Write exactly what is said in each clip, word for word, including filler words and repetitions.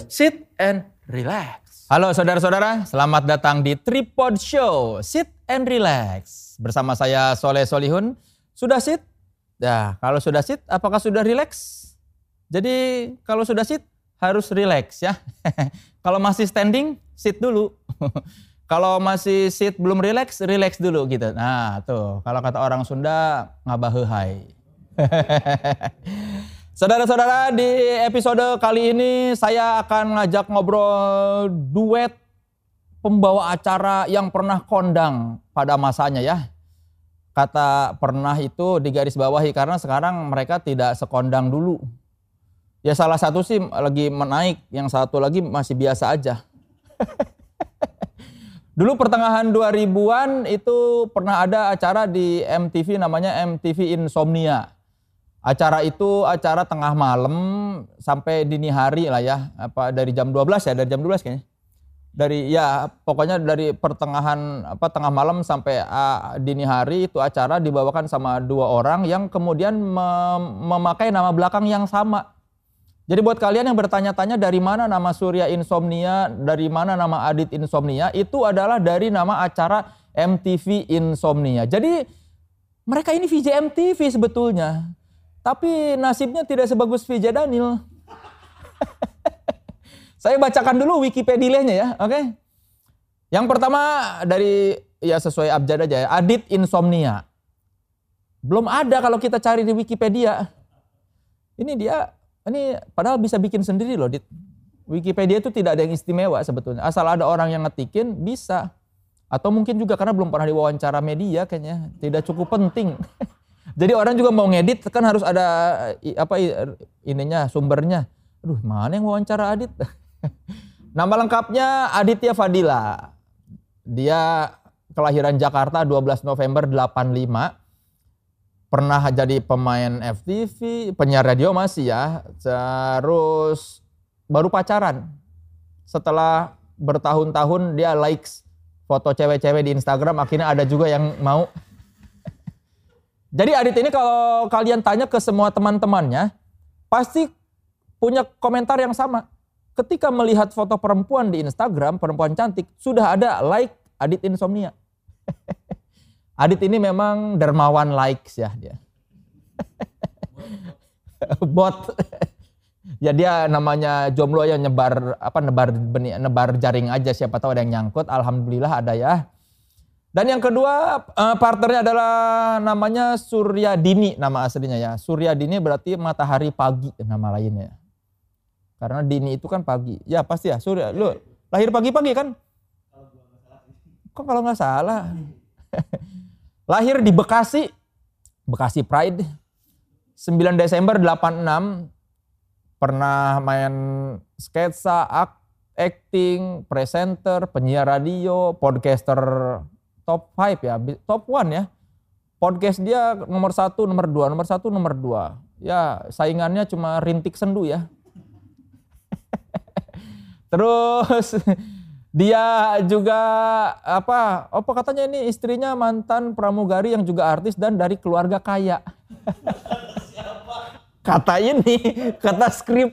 Sit and Relax. Halo saudara-saudara, selamat datang di Tripod Show, Sit and Relax. Bersama saya Soleh Solihun. Sudah sit? Ya, kalau sudah sit, apakah sudah relax? Jadi kalau sudah sit, harus relax ya. Kalau masih standing, sit dulu. Kalau masih sit belum relax, relax dulu gitu. Nah tuh, kalau kata orang Sunda, ngabaheuhai. Saudara-saudara, di episode kali ini saya akan ngajak ngobrol duet pembawa acara yang pernah kondang pada masanya ya. Kata pernah itu digarisbawahi karena sekarang mereka tidak sekondang dulu. Ya salah satu sih lagi menaik, yang satu lagi masih biasa aja. Dulu pertengahan dua ribuan itu pernah ada acara di M T V namanya M T V Insomnia. Acara itu acara tengah malam sampai dini hari lah ya, apa dari jam dua belas ya, dari jam dua belas kayaknya. Dari ya pokoknya dari pertengahan apa tengah malam sampai uh, dini hari itu acara dibawakan sama dua orang yang kemudian mem- memakai nama belakang yang sama. Jadi buat kalian yang bertanya-tanya dari mana nama Surya Insomnia, dari mana nama Adit Insomnia, itu adalah dari nama acara M T V Insomnia. Jadi mereka ini V J M T V sebetulnya. Tapi nasibnya tidak sebagus V J Daniel. Saya bacakan dulu Wikipedia-nya ya, oke? Okay? Yang pertama dari, ya sesuai abjad aja ya, Adit Insomnia. Belum ada kalau kita cari di Wikipedia. Ini dia, ini padahal bisa bikin sendiri loh, Dit. Wikipedia itu tidak ada yang istimewa sebetulnya. Asal ada orang yang ngetikin, bisa. Atau mungkin juga karena belum pernah diwawancara media kayaknya, tidak cukup penting. Jadi orang juga mau ngedit kan harus ada apa ininya sumbernya. Aduh, mana yang wawancara Adit? Nama lengkapnya Aditya Fadila. Dia kelahiran Jakarta dua belas November delapan puluh lima. Pernah jadi pemain F T V, penyiar radio masih ya. Terus baru pacaran. Setelah bertahun-tahun dia likes foto cewek-cewek di Instagram, akhirnya ada juga yang mau. Jadi Adit ini kalau kalian tanya ke semua teman-temannya, pasti punya komentar yang sama. Ketika melihat foto perempuan di Instagram, perempuan cantik, sudah ada like Adit Insomnia. Adit ini memang dermawan likes ya dia. Bot. Ya dia namanya jomblo yang nyebar apa nebar benih, nebar jaring aja, siapa tahu ada yang nyangkut. Alhamdulillah ada ya. Dan yang kedua partnernya adalah namanya Surya Dini, nama aslinya ya. Surya Dini berarti matahari pagi nama lainnya. Karena Dini itu kan pagi. Ya pasti ya Surya. Lu lahir pagi-pagi kan? Kok kalau nggak salah? Lahir di Bekasi, Bekasi Pride. sembilan Desember delapan puluh enam. Pernah main sketsa, acting, presenter, penyiar radio, podcaster. Top lima ya, top satu ya. Podcast dia nomor satu, nomor dua, nomor satu, nomor dua. Ya saingannya cuma Rintik Sendu ya. Terus dia juga apa, apa katanya ini istrinya mantan pramugari yang juga artis dan dari keluarga kaya. Kata ini, kata skrip.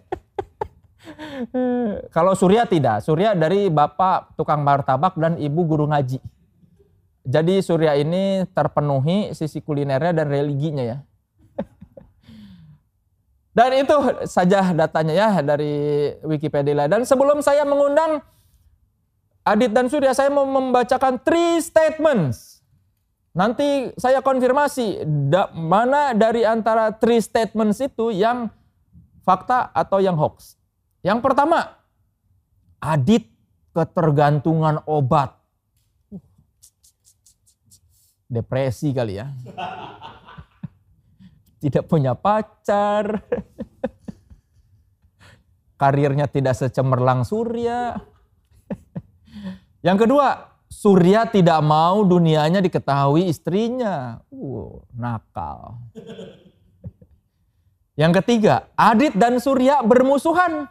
Kalau Surya tidak, Surya dari bapak tukang martabak dan ibu guru ngaji. Jadi Surya ini terpenuhi sisi kulinernya dan religinya ya. Dan itu saja datanya ya dari Wikipedia. Dan sebelum saya mengundang Adit dan Surya, saya mau membacakan three statements. Nanti saya konfirmasi da, mana dari antara three statements itu yang fakta atau yang hoax. Yang pertama, Adit ketergantungan obat. Depresi kali ya. Tidak punya pacar. Karirnya tidak secemerlang Surya. Yang kedua, Surya tidak mau dunianya diketahui istrinya. Uh, nakal. Yang ketiga, Adit dan Surya bermusuhan.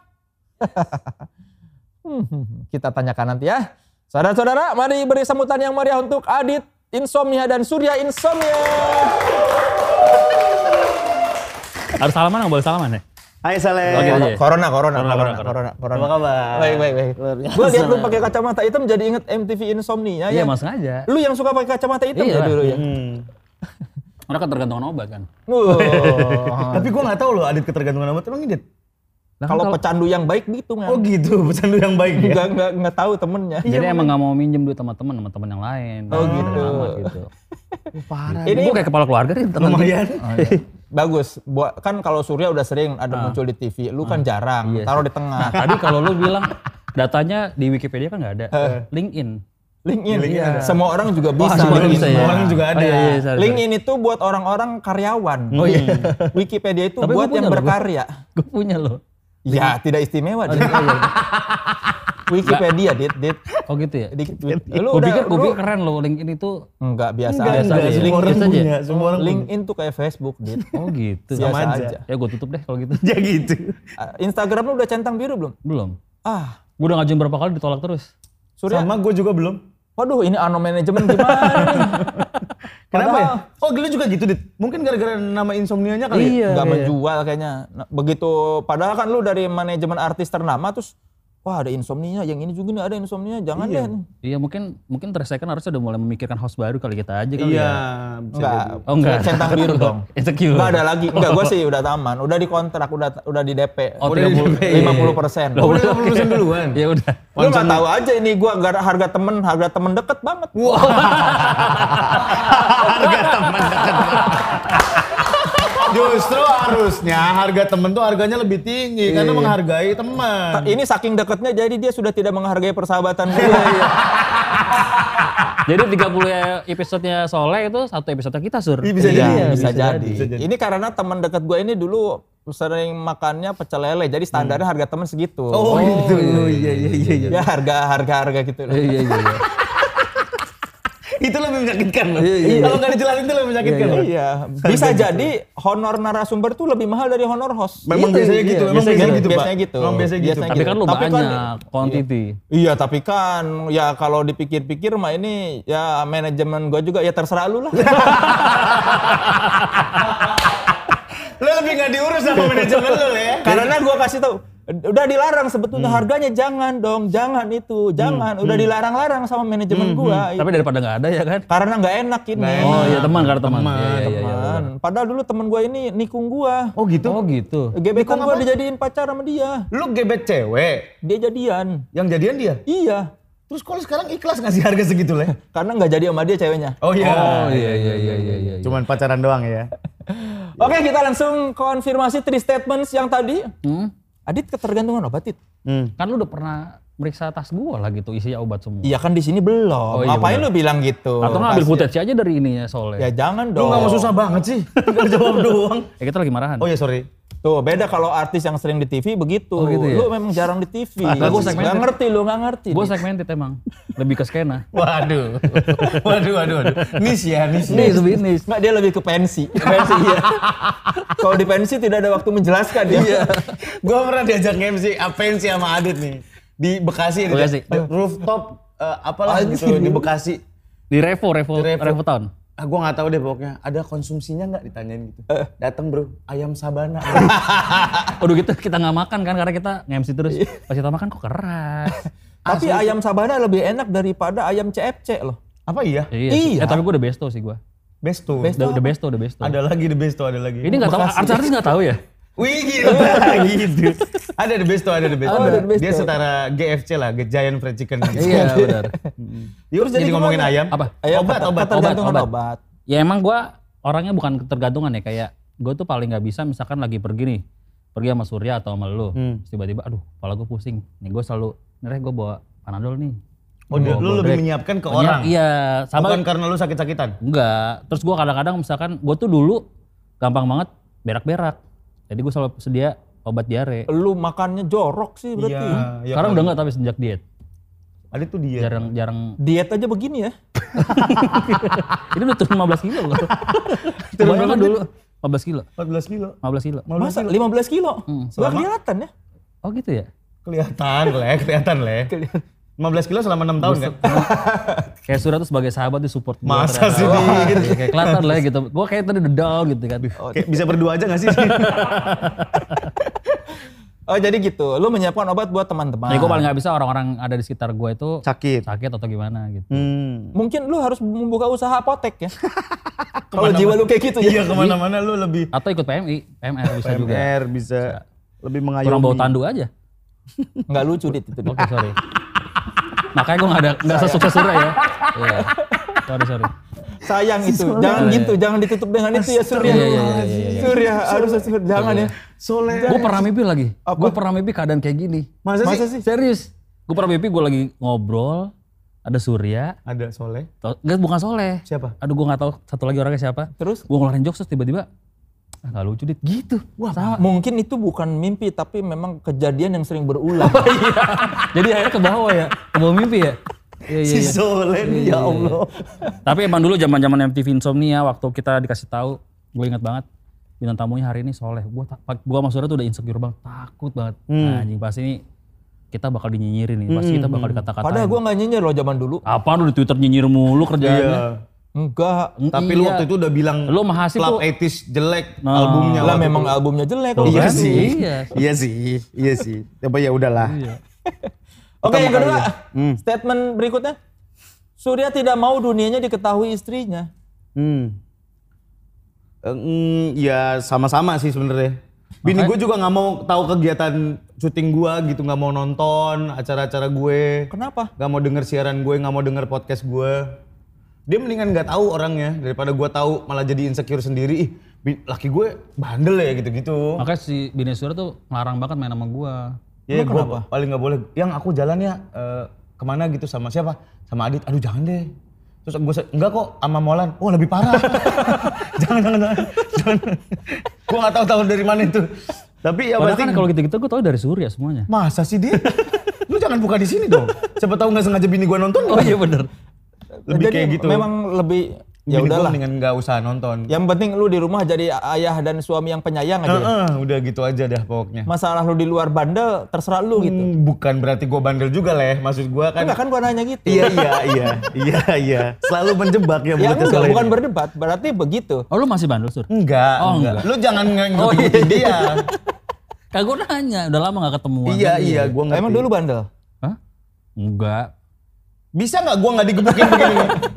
Kita tanyakan nanti ya. Saudara-saudara, mari beri sambutan yang meriah untuk Adit Insomnia dan Surya Insomnia. Harus salaman, nggak boleh salaman ya? Hai Saleh. Oke, oke. Corona, corona, Corona, corona, corona. corona, corona. Apa kabar? Baik, baik, baik. Luar biasa. Gue lihat lu pakai kacamata hitam jadi inget M T V Insomnia Iya, ya. mas sengaja. Lu yang suka pakai kacamata hitam Iya. ya dulu ya. Hmm. Orang ketergantungan obat kan. Wow. Tapi gua nggak tahu loh Adit ketergantungan amat emang Adit. Lah kan Kalau kalau- pecandu yang baik gitu nggak? Oh gitu, pecandu yang baik ya. Enggak, enggak, enggak tahu temennya. Jadi emang nggak mau minjem duit sama teman sama teman yang lain. Oh, Nah, gitu. sama gitu. Parah. Ini Gue kayak kepala keluarga nih teman. Lumayan. bagus. Buat kan kalau Surya udah sering ada muncul di T V, lu kan jarang. Iya Taruh sih. di tengah. Nah tadi kalau lu bilang datanya di Wikipedia kan nggak ada. LinkedIn. LinkedIn, LinkedIn ada. Semua orang juga bisa. semua orang LinkedIn. bisa ya? Semua orang juga ada. Oh, iya, iya, sorry, LinkedIn itu buat orang-orang karyawan. Oh iya. Wikipedia itu Tapi buat gua yang punya loh, berkarya. Gue punya loh. Ya, tidak istimewa. Dit. Wikipedia, dit, dit. Oh gitu ya. Di- Lu Lu gue pikir, udah, gue lu pikir keren loh LinkedIn itu. enggak biasa Enggak, aja. enggak, aja. semua orang Biasa aja. punya, semua orang punya. LinkedIn tuh kayak Facebook, dit. Oh gitu. Biasa Sama aja. aja. Ya gue tutup deh kalau gitu. Ya gitu. Ah, Instagram lu udah centang biru belum? Belum. Ah, Gue udah ngajuin berapa kali ditolak terus. Surya. Sama gue juga belum. Waduh, ini ano manajemen gimana nih? Kenapa ya? Padahal- Oh gila juga gitu Dit. Mungkin gara-gara nama insomnianya kali ya? Iya. Nggak iya. menjual kayaknya. Nah, begitu, padahal kan lu dari manajemen artis ternama terus, wah ada insomnia, yang ini juga nih ada insomnia, jangan Iya. deh. Iya mungkin mungkin Tresekan harusnya udah mulai memikirkan host baru kali kita aja kali Iya. ya. bisa Enggak, jadi. Oh enggak. centang biru dong. Insecure. Enggak ada lagi, enggak gue sih udah taman, udah dikontrak, udah udah di D P. Oh, Udah tiga puluh. di D P. lima puluh persen. Oh, udah lima puluh persen duluan. Ya udah. Lu nggak tahu aja ini gue harga temen, harga temen deket banget. Justru harusnya harga temen tuh harganya lebih tinggi karena menghargai teman. Ini saking deketnya jadi dia sudah tidak menghargai persahabatan gue. Jadi tiga puluh episode-nya Soleh itu satu episode kita Sur. Iya, bisa Iya, jadi. bisa, Bisa jadi. jadi, bisa jadi. Ini karena teman dekat gue ini dulu sering makannya pecel lele, jadi standarnya harga temen segitu. Oh, gitu. Iya iya iya iya. Ya harga harga harga gitu. Iya iya iya. Itu lebih menyakitkan loh. Iya, iya. Kalau nggak dijelasin itu lebih menyakitkan loh. Iya, bisa jadi honor narasumber tuh lebih mahal dari honor host. Memang Gitu, biasanya iya. gitu, memang biasanya, biasanya gitu, gitu, Pak. biasanya gitu. Memang biasanya gitu. Tapi kan lu Tapi banyak quantity. Iya, tapi kan ya kalau dipikir-pikir mah ini ya manajemen gue juga ya terserah lu lah. Lo lebih nggak diurus sama manajemen lo ya. Karena gue kasih tahu udah dilarang sebetulnya harganya jangan dong, jangan itu, jangan. Udah dilarang-larang sama manajemen gua. Tapi daripada nggak ada ya kan? Karena nggak enak ini. Oh iya teman karena teman. Teman, Iya, iya, iya, Teman. Padahal dulu temen gua ini nikung gua. Oh gitu. Oh gitu. Gebetan gua dijadiin pacar sama dia. Lu gebet cewek, Dia jadian. yang jadian dia. Iya. Terus kalau sekarang ikhlas ngasih harga segitu lah. Karena nggak jadi sama dia ceweknya. Oh iya. Oh iya iya iya iya iya. Cuman pacaran doang ya. Oke, kita langsung konfirmasi three statements yang tadi. Hmm? Adit ketergantungan obat, Dit? Hmm. Kan lu udah pernah meriksa tas gua lah gitu isinya obat semua. Iya kan di sini belum. Oh, iya, Ngapain benar. lu bilang gitu? Atau nggak ambil Kasian. footage aja dari ininya Soleh. Ya jangan Lu dong. nggak mau susah banget sih. Tinggal jawab doang. Ya kita lagi marahan. Oh ya sorry. Tuh beda kalau artis yang sering di T V begitu. Oh, gitu ya? Lu memang jarang di T V. Lah, gua segmented. Nggak ngerti lu, nggak ngerti. Gue Dit. segmented emang. Lebih ke skena. Waduh. Waduh waduh waduh. Nis ya nis. Nis, bisnis. Nggak, dia lebih ke pensi. Pensi iya. Kalau di pensi tidak ada waktu menjelaskan dia. Iya. Gua pernah diajak M C pensi sama Adit nih di Bekasi. Bekasi. Di rooftop eh, apalah gitu di Bekasi. Di Revo, Revo, Di Revo. Revo Town. Ah gua nggak tahu deh pokoknya. Ada konsumsinya nggak ditanyain gitu. Datang bro, ayam sabana. Waduh gitu kita nggak makan kan karena kita nge-M C terus. Pas kita makan kok keras. Tapi ayam sabana lebih enak daripada ayam C F C loh. Apa iya? Iya. sih. Iya. Eh tapi gue udah besto sih gue. Besto. Besto. Udah, udah besto, udah besto. Ada lagi the besto, ada lagi. Ini nggak tahu, Bekasi. artis-artis nggak tahu ya? Wih gila gitu. Ada the besto, ada the besto. Oh, ada The Besto. Dia setara G F C lah, Giant Fried Chicken gitu. Iya benar. Yuk Terus jadi jadi ngomongin gimana? ayam. Apa? Ayam Obat, keter- obat, ketergantungan obat, obat. Ya emang gue orangnya bukan ketergantungan ya kayak gue tuh paling nggak bisa misalkan lagi pergi nih, pergi sama Surya atau sama lu, Hmm. terus tiba-tiba aduh kepala gue pusing, nih gue selalu, nih gue bawa Panadol nih. Oh, dia- Bawa lu lebih Bodrek. menyiapkan ke Menyiap- orang. Iya, sama Bukan karena lu sakit-sakitan. enggak. Terus gue kadang-kadang misalkan gue tuh dulu gampang banget berak-berak, jadi gue selalu sedia obat diare. Lu makannya jorok sih berarti. Iya. Sekarang udah enggak tapi sejak diet, Ada tuh dia. jarang-jarang. Diet aja begini ya. Ini udah turun lima belas kilo loh. Turun Kebanyakan berapa, dulu lima belas kilo, empat belas kilo. lima belas kilo. Masa lima belas kilo? Hmm. Nggak Selama- kelihatan ya. Oh gitu ya? Kelihatan leh, kelihatan leh. lima belas kilo selama enam tahun kan? Kayak Surya tuh sebagai sahabat di support gua Masa ternyata. sih, Wah, Dit? iya, kayak kelihatan lah gitu. Gue kayak tadi udah down gitu kan. Kayak bisa berdua aja gak sih? Oh jadi gitu, lu menyiapkan obat buat teman-teman. Jadi gue paling gak bisa orang-orang ada di sekitar gue itu Sakit. sakit atau gimana gitu. Hmm. Mungkin lu harus membuka usaha apotek ya. Kalau jiwa lu kayak gitu ya. Iya kemana-mana lu lebih Atau ikut P M I, P M R bisa P M R juga. bisa lebih mengayomi. Kurang bau tandu aja. Nggak lucu dit itu. Dit. Oke sorry. Makanya gue gak ada, gak sesukses Surya ya. Iya. Sorry sorry. Sayang itu, jangan gitu, jangan ditutup dengan itu ya Surya. Iya, iya, iya, iya, iya. Surya harus Surya, jangan ya. Soleh. Gue pernah mimpi lagi. Gue pernah mimpi keadaan kayak gini. Masa, Masa sih? sih? Serius. Gue pernah mimpi gue lagi ngobrol, ada Surya. Ada Soleh. Enggak, bukan Soleh. Siapa? Aduh gue gak tahu satu lagi orangnya siapa. Terus? Gue ngeluarin jokes terus tiba-tiba, ah, gak lucu dit. Gitu. Wah, mungkin itu bukan mimpi tapi memang kejadian yang sering berulang. Iya. Jadi akhirnya ke bawah ya, ke bawah mimpi ya. Iya, iya, Si iya. Soleh nih, ya Allah. Tapi emang dulu zaman-zaman M T V Insomnia waktu kita dikasih tahu, gue ingat banget bintang tamunya hari ini Soleh. Gue gue sama Surya tuh udah insecure banget, takut banget. Nah, anjing pasti ini kita bakal dinyinyirin nih, pasti kita bakal dikata-katain. Padahal gue nggak nyinyir loh zaman dulu. Apa lu di Twitter nyinyir mulu kerjaannya? Iya. Enggak. Tapi Iya. lu waktu itu udah bilang Lu mahasiswa Club tuh- eighties jelek Nah. albumnya. Lah waktu memang itu. albumnya jelek. Tuh, Iya kan? sih. Iya. Iya sih. Iya sih. Tapi ya udahlah. Oke yang Pertama kedua, kali ya. Hmm. statement berikutnya. Surya tidak mau dunianya diketahui istrinya. Hmm. Eh, mm, ya sama-sama sih sebenarnya. Bini gue juga nggak mau tahu kegiatan syuting gue gitu, nggak mau nonton acara-acara gue, Kenapa? nggak mau denger siaran gue, nggak mau denger podcast gue. Dia mendingan nggak tahu orangnya daripada gue tahu malah jadi insecure sendiri. Ih, bi- laki gue bandel ya gitu-gitu. Makanya si Bini Surya tuh ngelarang banget main sama gue. Ya Emang gue kenapa? paling nggak boleh. Yang aku jalan ya eh, kemana gitu sama siapa? Sama Adit. Aduh jangan deh. Terus gue enggak kok sama Molan. Oh lebih parah. jangan jangan jangan. jangan. Gue nggak tahu tahu dari mana itu. Tapi ya Padahal pasti kan kalau gitu-gitu gue tau dari Surya semuanya. masa sih dia? Lu jangan buka di sini dong. Siapa tahu nggak sengaja bini gue nonton. Oh iya bener. Lebih Jadi kayak gitu. memang lebih ya Bini gua udahlah. mendingan nggak usah nonton. Yang penting lu di rumah jadi ayah dan suami yang penyayang aja. ya. Heeh, udah gitu aja dah pokoknya. Masalah lu di luar bandel terserah lu gitu. Hmm, bukan berarti gue bandel juga leh. Maksud gue kan. Enggak kan gua nanya gitu. Iya iya iya iya iya. Selalu menjebak ya. Ya mulutnya enggak, Soleh bukan ini. berdebat, berarti begitu. Oh lu masih bandel Sur? Enggak, Oh, enggak. enggak. Lu jangan Oh, nge-ngebutin iya. dia. Kagak gue nanya, udah lama gak ketemuan. Iya lagi. iya, gua ngerti. Emang dulu bandel? Hah? Enggak. Bisa nggak gua nggak digebukin begini?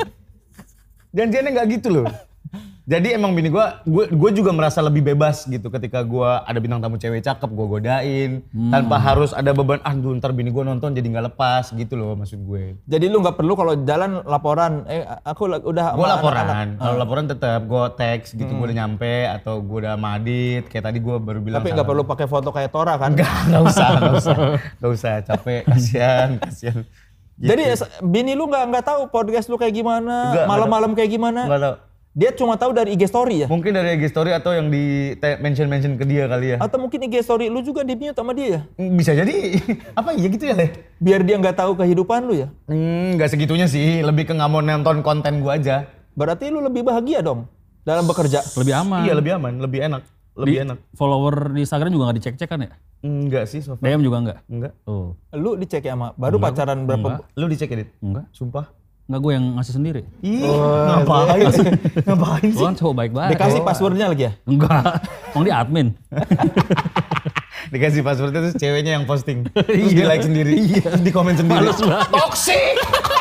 Janjiannya nggak gitu loh. Jadi emang bini gua, gua, gua juga merasa lebih bebas gitu ketika gua ada bintang tamu cewek cakep, gua godain tanpa harus ada beban. Ah, duh, ntar bini gua nonton jadi nggak lepas gitu loh maksud gue. Jadi lu nggak perlu kalau jalan laporan, eh aku la- udah Gue sama laporan, anak-anak. kalau laporan tetap gue teks gitu, gue udah nyampe atau gue udah madit. Kayak tadi gue baru bilang. Tapi nggak perlu pakai foto kayak Tora kan? Enggak, nggak usah, nggak usah, nggak usah, capek, kasihan, kasihan. Jadi ya, bini lu nggak nggak tahu podcast lu kayak gimana, Nggak, malam-malam kayak gimana? Nggak tahu. Dia cuma tahu dari I G story ya? Mungkin dari I G story atau yang di te- mention-mention ke dia kali ya. Atau mungkin I G story lu juga di mute sama dia ya? Bisa jadi, apa iya gitu ya Leh? Biar dia nggak tahu kehidupan lu ya? Hmm, nggak segitunya sih, lebih ke nggak mau nonton konten gua aja. Berarti lu lebih bahagia dong dalam bekerja. Lebih aman. Iya lebih aman, lebih enak, lebih Di enak. follower di Instagram juga gak dicek-cek kan ya? Enggak sih, so D far. M juga enggak? Enggak. Oh. Lu dicek ya sama, baru pacaran berapa? Enggak. Lu dicek edit? Enggak. Sumpah. Enggak, gue yang ngasih sendiri. Ih, ngapain sih? Ngapain Gue sih? kan cowok baik-baik. Dikasih passwordnya lagi ya? Enggak. Emang dia admin. Dikasih passwordnya terus ceweknya yang posting. Terus di like sendiri. Terus di komen sendiri. Males banget. Toxic!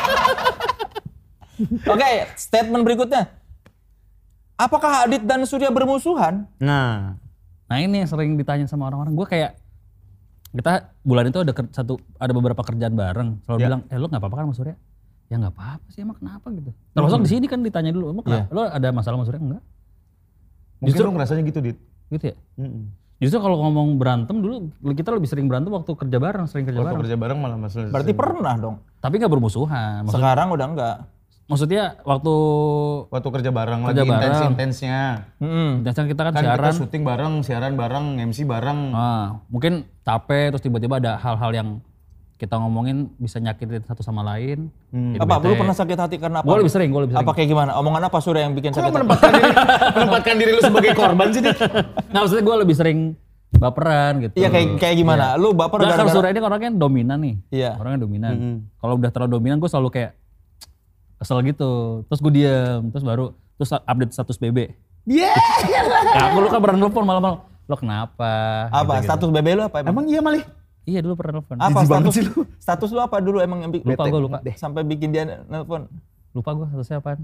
Oke, statement berikutnya. Apakah Adit dan Surya bermusuhan? Nah. Nah ini yang sering ditanya sama orang-orang. Gue kayak, kita bulan itu ada ker- satu ada beberapa kerjaan bareng. Selalu Ya. bilang, eh lu gak apa-apa kan sama Surya? Ya gak apa-apa sih, emang kenapa gitu. Termasuk di sini kan ditanya dulu, emang kenapa? Lu ada masalah sama Surya? Enggak. Mungkin Justru- lu ngerasanya gitu, Dit. Gitu ya? Mm-mm. Justru kalau ngomong berantem dulu, kita lebih sering berantem waktu kerja bareng, sering kerja Waktu bareng. kerja bareng malah masalah. Berarti pernah dong. Tapi gak bermusuhan. Maksud- Sekarang udah enggak. maksudnya waktu Waktu kerja bareng Kerja lagi bareng. intens-intensnya. Mm-mm. biasanya kita kan, Kan siaran, kita syuting bareng, siaran bareng, M C bareng. ah, mungkin capek terus tiba-tiba ada hal-hal yang kita ngomongin bisa nyakitin satu sama lain. Hmm. Jadi Apa? bete. Lu pernah sakit hati karena apa? Gue lebih sering, gue lebih sering. Apa kayak gimana? Omongan apa Surya yang bikin Kok lu sakit hati? menempatkan diri, menempatkan diri lu sebagai korban sih, Dit? Nah maksudnya gue lebih sering baperan gitu. Iya kayak kayak gimana? Lu baper Nah, kalau gara-gara Surya ini orangnya dominan nih. Iya. Orangnya dominan. Kalau udah terlalu dominan gue selalu kayak kesel gitu. Terus gue diem, terus baru terus update status B B. Iya. Ya aku lu kan pernah nelfon malam-malam. lo kenapa? Apa? Gitu-gitu. Status B B lu apa emang? Emang iya Malih? Iya dulu pernah nelfon. Apa Jijik banget status sih lu. Status lu apa dulu emang yang bi- Lupa bete? gua, lupa. Sampai bikin dia nelpon. Lupa gue statusnya apaan.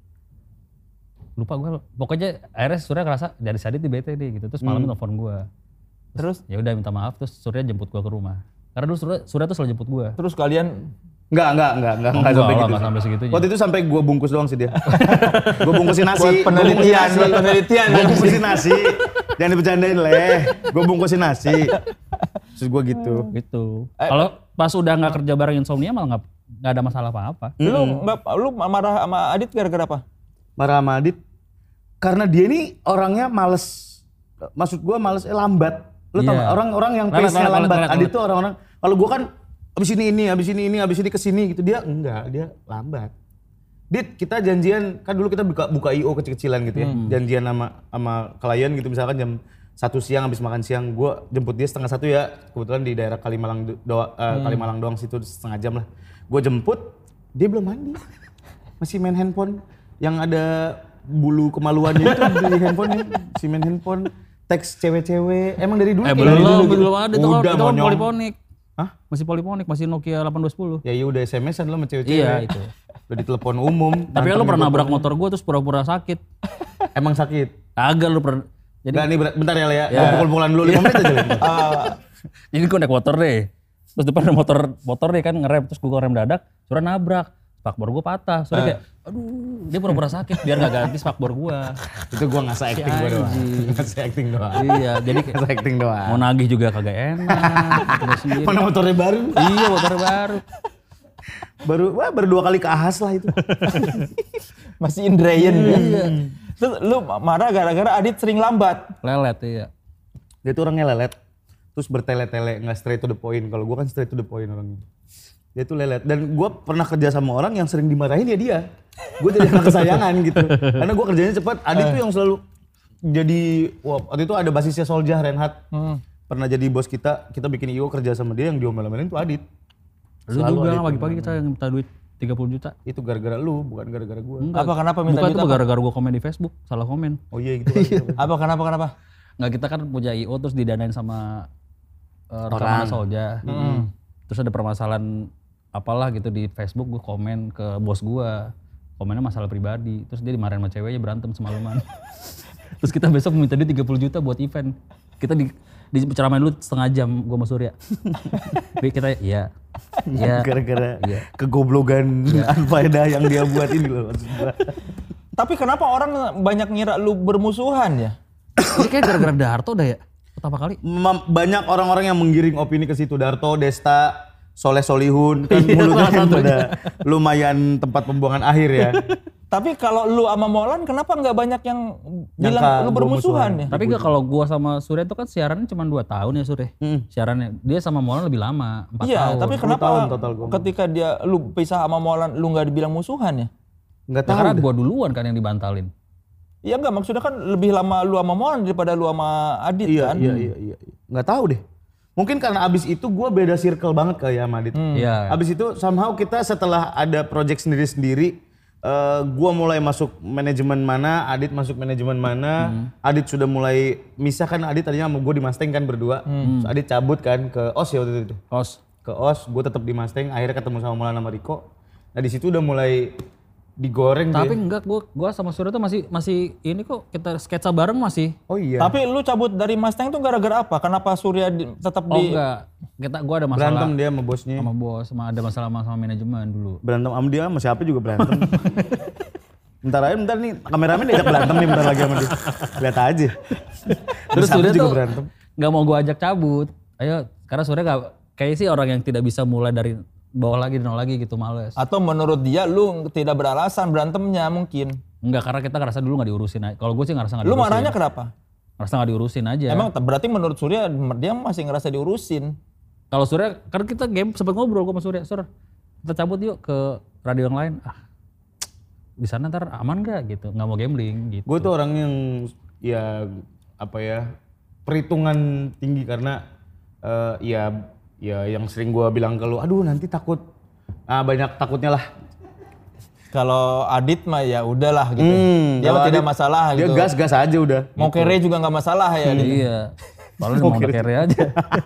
Lupa gue. Pokoknya akhirnya Surya ngerasa dari Sadit di bete deh gitu. Terus malam Hmm. telepon gue. Terus Ya udah minta maaf terus Surya jemput gue ke rumah. Karena dulu Surya, Surya tuh selalu jemput gue. terus kalian Enggak, enggak, enggak, enggak, enggak Enggak sampai lah, gitu. enggak sampai segitunya. Waktu itu sampai gua bungkus doang sih dia. Gua bungkusin nasi. buat gua penelitian, bungkusin nasi. buat penelitian. Gua bungkusin nasi. Jangan dibercandain leh. Gua bungkusin nasi. Terus gua gitu. Gitu. Eh, Kalau pas udah nggak kerja bareng Insomnia malah nggak nggak ada masalah apa-apa. Lu nggak lu marah sama Adit gara-gara apa? Marah sama Adit. Karena dia ini orangnya males. Maksud gua males, eh lambat. Lu tau Iya. gak? Orang-orang yang Lelet, pace-nya lelet, lambat. lelet, Adit lelet. tuh orang-orang. Kalau gua kan abis ini ini, abis ini ini, abis ini kesini gitu. Dia enggak, dia lambat. Dit, kita janjian, kan dulu kita buka, buka I O kecil-kecilan gitu ya. Janjian sama sama klien gitu misalkan jam satu siang habis makan siang. Gue jemput dia setengah satu ya. Kebetulan di daerah Kalimalang, do, doa- eh, Kalimalang doang situ setengah jam lah. Gue jemput, dia belum mandi. Masih main handphone yang ada bulu kemaluannya itu di handphonenya. Si main handphone, teks cewek-cewek. Emang dari dulu Eh kayak belum, dari dulu gitu. belum ada itu kan, Udah itu kan monyong. poliponik. Hah? Masih poliponik, masih Nokia delapan dua sepuluh. Ya iya udah S M S-an lo sama cewek-cewek. Iya itu. Udah di telepon umum. Tapi kan lu nantangin pernah gua. nabrak motor gue terus pura-pura sakit. Emang sakit? Agak lu pernah. Jadi Nggak nih ber- bentar ya Le ya. Gua pukul-pukulan dulu lima menit aja Le. jadi gue naik motor deh. Terus depan ada motor motor deh kan ngerem terus gue rem dadak, Surya nabrak. Spakbor gue patah. Surya kayak aduh, dia pura-pura sakit biar nggak ganti spakbor gue. Itu gua ngasah acting gua doang. Ngasah acting doang. Iya, jadi kayak Ngasah acting doang. mau nagih juga kagak enak. Motornya sendiri. Mana motornya baru? Iya, motor baru. Baru wah baru dua kali ke ahas lah itu. Masih Indrayan ya. Terus lu marah gara-gara Adit sering lambat. Lelet iya. Dia tuh orangnya lelet. Terus bertele-tele, nggak straight to the point. Kalau gua kan straight to the point orangnya. Dia tuh lelet. Dan gua pernah kerja sama orang yang sering dimarahin ya dia. Gue jadi anak kesayangan gitu. Karena gua kerjanya cepat. Adit tuh yang selalu jadi, wah waktu itu ada basisnya Soljah, Renhat. Pernah jadi bos kita, kita bikin I O kerja sama dia, yang diomel-omelin tuh Adit. Lu Selalu juga Adit pagi-pagi kita yang minta duit tiga puluh juta. Itu gara-gara lu, bukan gara-gara gua. Enggak. Apa kenapa minta Bukan duit itu apa? gara-gara gue komen di Facebook, salah komen. Oh iya gitu kan. Apa kenapa kenapa? Nggak, kita kan punya I O terus didanain sama uh, rekaman Solja. Terus ada permasalahan apalah gitu di Facebook, gue komen ke bos gue. Komennya masalah pribadi. Terus dia dimarahin sama ceweknya, berantem semalaman. Terus kita besok minta dia tiga puluh juta buat event. Kita di diceramain dulu setengah jam gue sama Surya. Tapi kita iya. Iya. Gara-gara Iya. kegoblogan unfaedah yang dia buat ini loh maksud gua. Tapi kenapa orang banyak ngira lu bermusuhan ya? Ini kayak gara-gara Darto dah ya. Pertama kali. Mem- Banyak orang-orang yang menggiring opini ke situ. Darto, Desta, Soleh Solihun, kan mulutnya kan udah lumayan tempat pembuangan akhir ya. Tapi kalau lu sama Molan kenapa nggak banyak yang bilang Nyangka lu gua bermusuhan musuhan. ya? Tapi gak kalau gua sama Surya itu kan siarannya cuma dua tahun ya Surya. Siarannya. Dia sama Molan lebih lama, empat Iya, tahun. tapi sepuluh kenapa tahun total gua. ketika dia lu pisah sama Molan lu nggak dibilang musuhan ya? Enggak Ya, tahu. karena deh. gua duluan kan yang dibantalin. Iya enggak, maksudnya kan lebih lama lu sama Molan daripada lu sama Adit Iya, kan? iya, iya, iya. Enggak tahu deh. Mungkin karena abis itu gue beda circle banget kayak sama Adit. Iya. Abis itu somehow kita setelah ada project sendiri-sendiri, eh gue mulai masuk manajemen mana, Adit masuk manajemen mana, Adit sudah mulai misah kan. Adit tadinya sama gue di Mustang kan berdua, Terus Adit cabut kan ke O S ya waktu itu. Os. Ke O S, gue tetap di Mustang, akhirnya ketemu sama Molan sama Riko. Nah di situ udah mulai digoreng Tapi dia. enggak, gua gua sama Surya tuh masih masih ini kok kita sketsa bareng masih. Oh iya. Tapi lu cabut dari Mustang tuh gara-gara apa? Kenapa Surya di- tetap Oh di enggak. Kita gua ada masalah berantem dia sama bosnya. sama bos, sama ada masalah sama, sama manajemen dulu. Berantem sama dia sama siapa juga berantem. Bentar aja, bentar nih kameramen diajak berantem nih bentar lagi sama dia. Lihat aja. Terus Sama Surya juga tuh berantem. nggak mau gua ajak cabut. Ayo, karena Surya nggak kayak sih orang yang tidak bisa mulai dari bawah lagi nol lagi gitu, males. atau menurut dia lu tidak beralasan berantemnya mungkin? Enggak, karena kita ngerasa dulu nggak diurusin. aja. Kalau gue sih ngerasa nggak Lu diurusin. marahnya kenapa? Ngerasa nggak diurusin aja. Emang t- berarti menurut Surya dia masih ngerasa diurusin. Kalau Surya, kan kita game sempat ngobrol gue sama Surya, Sur, kita cabut yuk ke radio yang lain. Ah, di sana ntar aman gak gitu, nggak mau gambling gitu. Gue tuh orang yang ya apa ya perhitungan tinggi karena eh, ya ya yang sering gue bilang ke lu, aduh nanti takut, ah banyak takutnya lah. Kalau Adit mah ya udahlah gitu. Hmm, Dia kalau mah tidak Adit, masalah Dia gitu. gas-gas aja udah. Mau kere juga nggak masalah ya. Adit. Iya. Paling mau kere aja.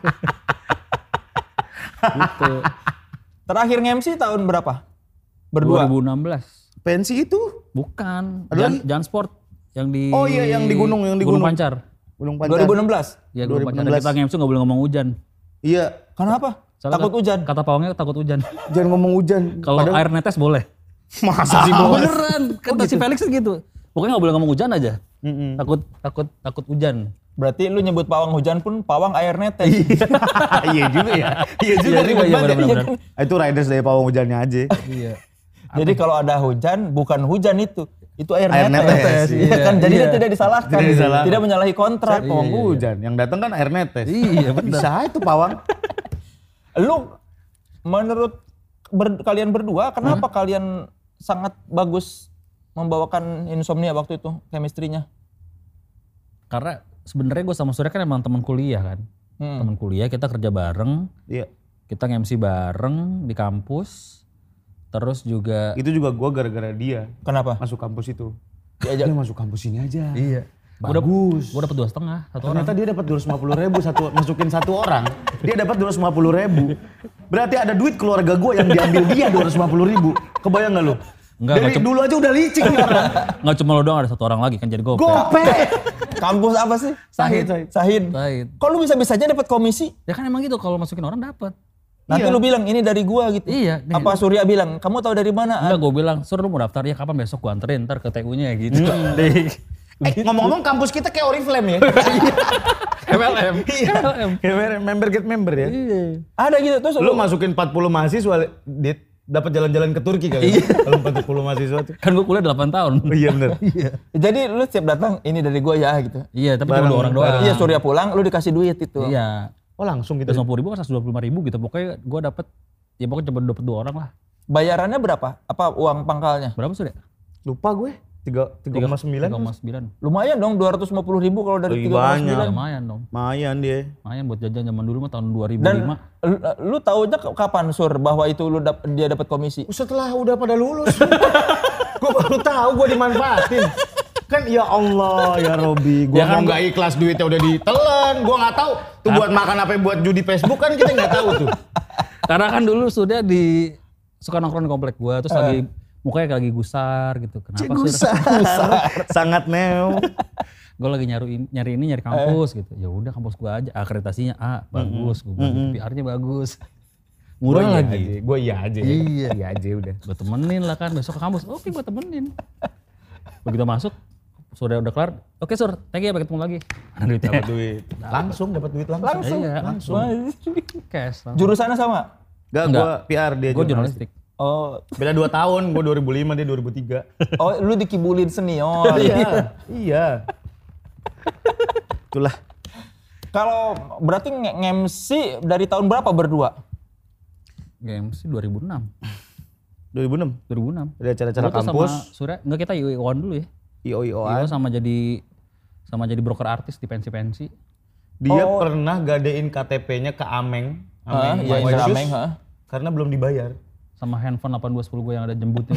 Gitu. Terakhir nge-M C tahun berapa? dua Berdua. ribu enam belas. Pensi itu? Bukan. Ada Jan, lagi? Jan Sport yang di Oh iya, yang di gunung, yang di gunung. Pancar. Gunung dua Pancar. ribu enam belas. Iya, Gunung Pancar. dua ribu enam belas. Kita nge-M C nggak boleh ngomong hujan. Iya. Kenapa? Soalnya Takut kata- hujan. Kata pawangnya takut hujan. Jangan ngomong hujan. Kalau Padahal- air netes boleh. Masa sih Ah, bos? beneran. Kata si Felix gitu. Pokoknya nggak boleh ngomong hujan aja. Mm-mm. Takut takut takut hujan. Berarti lu nyebut pawang hujan pun pawang air netes. Iya juga ya. Iya juga Iya, ribet iya, banget ya. benar-benar. Itu riders dari pawang hujannya aja. Iya. Jadi kalau ada hujan bukan hujan itu. Itu air, Air netes. netes, Iya kan? Jadi iya. dia tidak disalahkan. Tidak disalahkan. Tidak menyalahi kontrak. Saya pawang hujan. Yang datang kan air netes. Iya, benar. Bisa itu pawang. Lu menurut ber- kalian berdua kenapa kalian sangat bagus membawakan Insomnia waktu itu chemistry-nya? Karena sebenarnya gue sama Surya kan emang teman kuliah kan. Hmm. Teman kuliah, kita kerja bareng, Iya. kita nge-M C bareng di kampus. Terus juga Itu juga gua gara-gara dia Kenapa? masuk kampus itu. Diajak. Dia masuk kampus ini aja. iya. Bagus. Gue dapet dua setengah satu orang. Ternyata dia dapat dua ratus lima puluh ribu satu masukin satu orang. Dia dapat dua ratus lima puluh ribu. Berarti ada duit keluarga gue yang diambil dia dua ratus lima puluh ribu. Kebayang gak lu? Enggak, Dari enggak cuma- dulu aja udah licik nih orang. Nggak cuma lo doang, ada satu orang lagi kan jadi gope. Gope. Kampus apa sih? Sahid. Sahid. Sahid. Kok lu bisa-bisanya dapat komisi? Ya kan emang gitu kalau masukin orang dapat. Nanti Iya. lu bilang ini dari gua gitu. Iya, nih. Apa Surya bilang, kamu tahu dari mana? Enggak, gue bilang, Sur lu mau daftar? Ya kapan besok gue anterin ntar ke T U-nya gitu. Eh, ngomong-ngomong kampus kita kayak Oriflame ya. M L M. Iya. Kayak member get member ya. Ada gitu terus Lu lu, masukin empat puluh mahasiswa, Dit, dapat jalan-jalan ke Turki kali. Kalau empat puluh mahasiswa tuh. Kan gue kuliah delapan tahun. Oh, iya bener. jadi lu setiap datang ini dari gua ya gitu. Iya, tapi Bareng- cuma dua orang doang. Iya Surya pulang, lu dikasih duit itu. Iya. Oh langsung gitu. Terus lima puluh ribu pas dua puluh lima ribu gitu. Pokoknya gue dapet, ya pokoknya cuma dapet dua orang lah. Bayarannya berapa? Apa uang pangkalnya? Berapa Sur ya? Lupa gue. tiga koma sembilan. tiga koma sembilan. Lumayan dong dua ratus lima puluh ribu kalau dari Wih, tiga koma banyak. sembilan. Lumayan dong. Lumayan dia. Lumayan buat jajan zaman dulu mah tahun dua ribu Dan lima. lu, lu taunya ke- kapan Sur bahwa itu lu dap- dia dapat komisi? Setelah udah pada lulus. Gue baru tahu gue dimanfaatin. Kan ya Allah ya Robi, gue Ya kan mau nggak ikhlas duitnya udah ditelan, gue nggak tahu tuh buat makan apa buat judi Facebook kan kita nggak tahu tuh. Karena kan dulu sudah di suka nongkrong di komplek gue, terus Eh. lagi mukanya kayak lagi gusar gitu. Kenapa Sur? Gusar, sangat neo. Gue lagi nyari nyari ini nyari kampus gitu. Ya udah kampus gue aja, akreditasinya A bagus, gue bilang P R-nya bagus. Murah lagi. Gue iya aja. Iya. Iya aja udah. Gue temenin lah kan besok ke kampus. Oke gue temenin. Begitu masuk, Surya udah kelar. Oke Sur, thank you ya, ketemu lagi. Ada duit Dapat duit. Langsung dapat duit langsung. Langsung. Iya, langsung. cash. Jurusannya sama? Enggak, Enggak. gue P R dia Gue jurnalistik. Oh, Beda dua tahun, gue dua ribu lima dia dua ribu tiga. oh lu dikibulin senior. Iya, iya. Itulah. Kalau berarti nge- nge-M C dari tahun berapa berdua? Game sih dua ribu enam. dua ribu enam. dua ribu enam. Ada acara-acara Gua tuh kampus. sama Surya, enggak kita I O I-an dulu ya. I O I O I O sama jadi sama jadi broker artis di pensi-pensi. Dia Oh. pernah gadein K T P-nya ke Ameng. Hah, Ameng iya, White Indra Shoes, Ameng, hah? karena belum dibayar. Sama handphone delapan dua sepuluh gue yang ada jembutnya.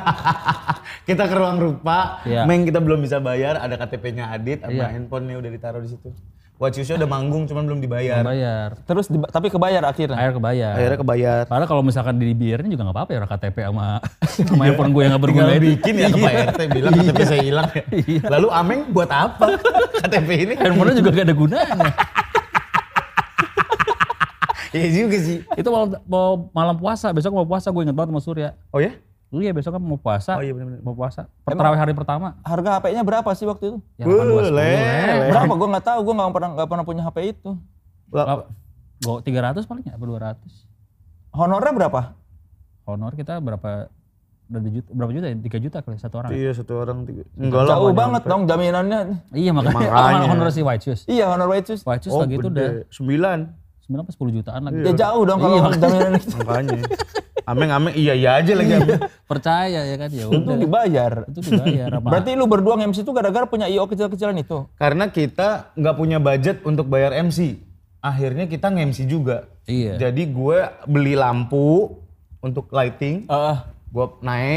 Kita ke ruang rupa, Iya. Meng kita belum bisa bayar, ada K T P-nya Adit sama Iya. handphonenya udah ditaruh di situ. White Shoes-nya udah manggung cuman belum dibayar. Bayar. Terus di- tapi kebayar akhirnya. Akhirnya kebayar. Akhirnya kebayar. Padahal kalau misalkan dibiarin juga gak apa-apa ya orang K T P sama, sama handphone gue yang gak berguna Tinggal itu. bikin ya ke Pak R T bilang K T P saya hilang ya. Lalu Ameng buat apa K T P ini? Handphonenya juga gak ada gunanya. Iya juga sih. Itu mau, mau malam puasa, besok mau puasa gue inget banget sama Surya. Oh ya? Lu ya besok kan mau puasa. Oh iya benar-benar. Mau puasa. Perterawih hari pertama. Harga H P-nya berapa sih waktu itu? Ya delapan dua sepuluh. Boleh. Berapa? Gue nggak tahu. Gue nggak pernah nggak pernah punya H P itu. Gue tiga ratus paling ya, apa dua ratus. Honornya berapa? Honor kita berapa? Berapa juta? Berapa juta ya? tiga juta kali satu orang. Iya satu orang tiga. Enggak lah. Jauh nggak banget nyampe. dong jaminannya. Iya makanya. Makanya. Oh, honor si White Shoes. Iya honor White Shoes. White Shoes Oh lagi itu gede. udah Sembilan. sembilan apa sepuluh jutaan lagi. Ya jauh dong kalau Iya, jaminan itu. Makanya. Ameng Ameng iya iya aja lagi Ameng. Percaya ya kan ya Itu udah. dibayar. Itu dibayar apa? Berarti lu berdua nge-M C itu gara-gara punya I O kecil-kecilan itu. Karena kita nggak punya budget untuk bayar M C. Akhirnya kita nge-M C juga. Iya. Jadi gue beli lampu untuk lighting. Eh, Gue naik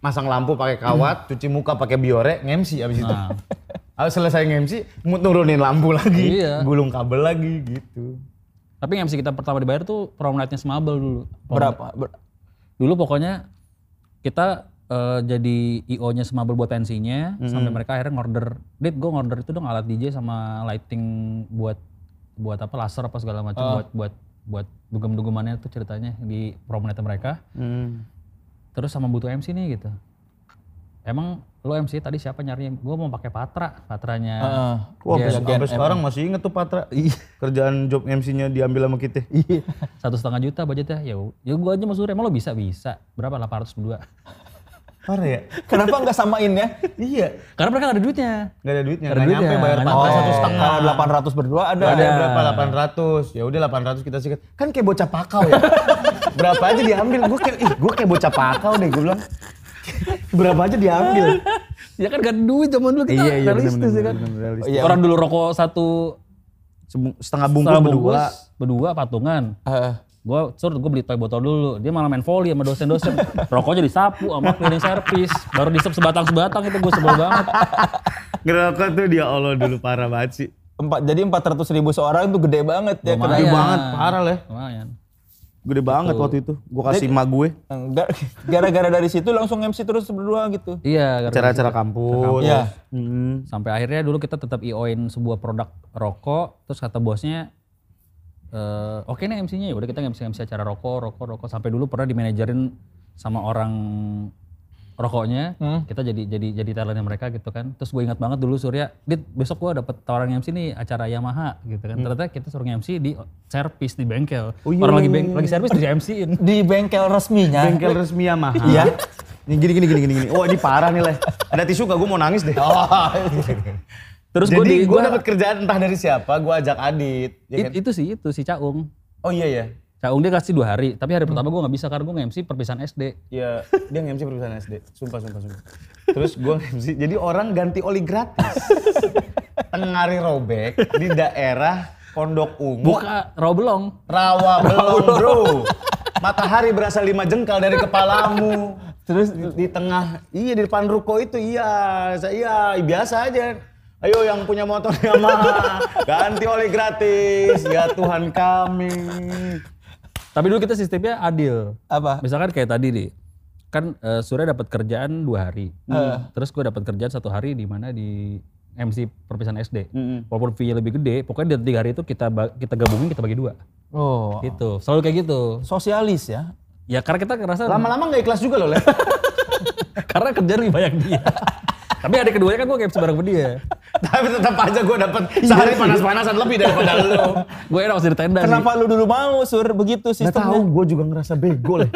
masang lampu pakai kawat, cuci muka pakai biore, nge-M C abis itu. Nah. Abis selesai nge-M C, mau nurunin lampu lagi, Iya. gulung kabel lagi gitu. Tapi M C kita pertama dibayar tuh prom night-nya Smable dulu. Prom- Berapa? Ber- Dulu pokoknya kita eh, jadi I O-nya Smable buat pensinya, sampai mereka akhirnya ngorder, Dit gue ngorder itu dong alat D J sama lighting buat buat apa laser apa segala macam buat buat buat dugem-dugemannya tuh ceritanya di prom night mereka. Hmm. Terus sama butuh M C nih gitu. Emang lo M C tadi siapa nyariin? Gue mau pakai Patra, Patranya. Heeh. Wah, Iya, sampai sampai sekarang masih inget tuh Patra. Kerjaan job M C-nya diambil sama kita. Satu setengah juta budgetnya. Ya, ya gue aja masuk. Emang lo bisa bisa. Berapa? delapan ratus berdua. Parah ya? Kenapa nggak samain ya? Iya. Karena mereka gak ada duitnya. Gak ada duitnya, Nggak ada nggak nyampe duitnya, bayar nggak Patra nyampe. satu setengah. Kalau delapan ratus berdua ada. Ada berapa? delapan ratus. Ya udah delapan ratus kita sikat. Kan kayak bocah pakau ya. Berapa aja diambil? Gue kayak ih, gue kayak bocah pakau deh gue bilang. Berapa aja diambil? Ya kan gak ada duit zaman dulu kita Iya, iya, realistis bener-bener, ya kan. bener-bener realistis. Iya. Orang dulu rokok satu Semu- Setengah bungkus setengah berdua. berdua patungan. Heeh. Gue suruh gue beli toy botol dulu. Dia malah main volley sama dosen-dosen. Rokoknya disapu sama cleaning service. Baru disep sebatang-sebatang itu gue sebel banget. Ngerokok tuh dia Allah dulu parah banget sih. Empat, jadi empat ratus ribu seorang itu gede banget ya. Lumayan. Gede banget, parah lah. Lumayan. Gede banget waktu itu. Gue kasih emak gue. Enggak, gara-gara dari situ langsung M C terus berdua gitu. Iya. gara-gara Acara-acara gitu. kampus. Iya. Hmm. Sampai akhirnya dulu kita tetap I O-in sebuah produk rokok. Terus kata bosnya, eh oke nih M C-nya ya udah kita M C-M C acara rokok, rokok, rokok. Sampai dulu pernah dimanajerin sama orang rokoknya, Hmm. kita jadi jadi jadi talentnya mereka gitu kan. Terus gue ingat banget dulu Surya, Dit besok gue dapet tawaran M C nih acara Yamaha gitu kan. Ternyata kita suruh M C di servis di bengkel. Oh iya. Orang lagi beng, lagi servis di M C-in. Di bengkel resminya. Bengkel resmi Yamaha. Iya. Nih gini gini gini gini gini. Oh ini parah nih Leh. Ada tisu gak? Gue mau nangis deh. Terus gue Jadi di gue gua- dapet kerjaan entah dari siapa. Gue ajak Adit. Ya kan? it- itu sih itu si Caung. Oh iya ya. Caung dia kasih dua hari, tapi hari pertama gue nggak bisa karena gue nge-M C perpisahan S D. Iya, dia nge-M C perpisahan S D. Sumpah, sumpah, sumpah. Terus gue nge-M C, jadi orang ganti oli gratis. Tengari robek di daerah Pondok Ungu. Buka Robelong. Rawa belum bro. Matahari berasa lima jengkal dari kepalamu. Terus di, di tengah, iya di depan ruko itu iya. Saya iya, biasa aja. Ayo yang punya motor Yamaha, ganti oli gratis. Ya Tuhan kami. Tapi dulu kita sistemnya adil. Apa? Misalkan kayak tadi nih, kan uh, Surya dapat kerjaan dua hari, terus gue dapat kerjaan satu hari di mana di M C perpisahan S D. Walaupun fee-nya lebih gede, pokoknya di tiga hari itu kita ba- kita gabungin kita bagi dua. Oh. Gitu, selalu kayak gitu. Sosialis ya. Ya karena kita ngerasa Lama-lama gak ikhlas juga loh, Le. karena kerjaan lebih banyak dia. Tapi hari keduanya kan gue kayak bareng sama dia. Tapi tetap aja gue dapet sehari panas-panasan lebih daripada lu. Gue enak masih di tenda sih. Kenapa lu dulu mau Sur begitu Gak sistemnya? tahu, gue juga ngerasa bego lah.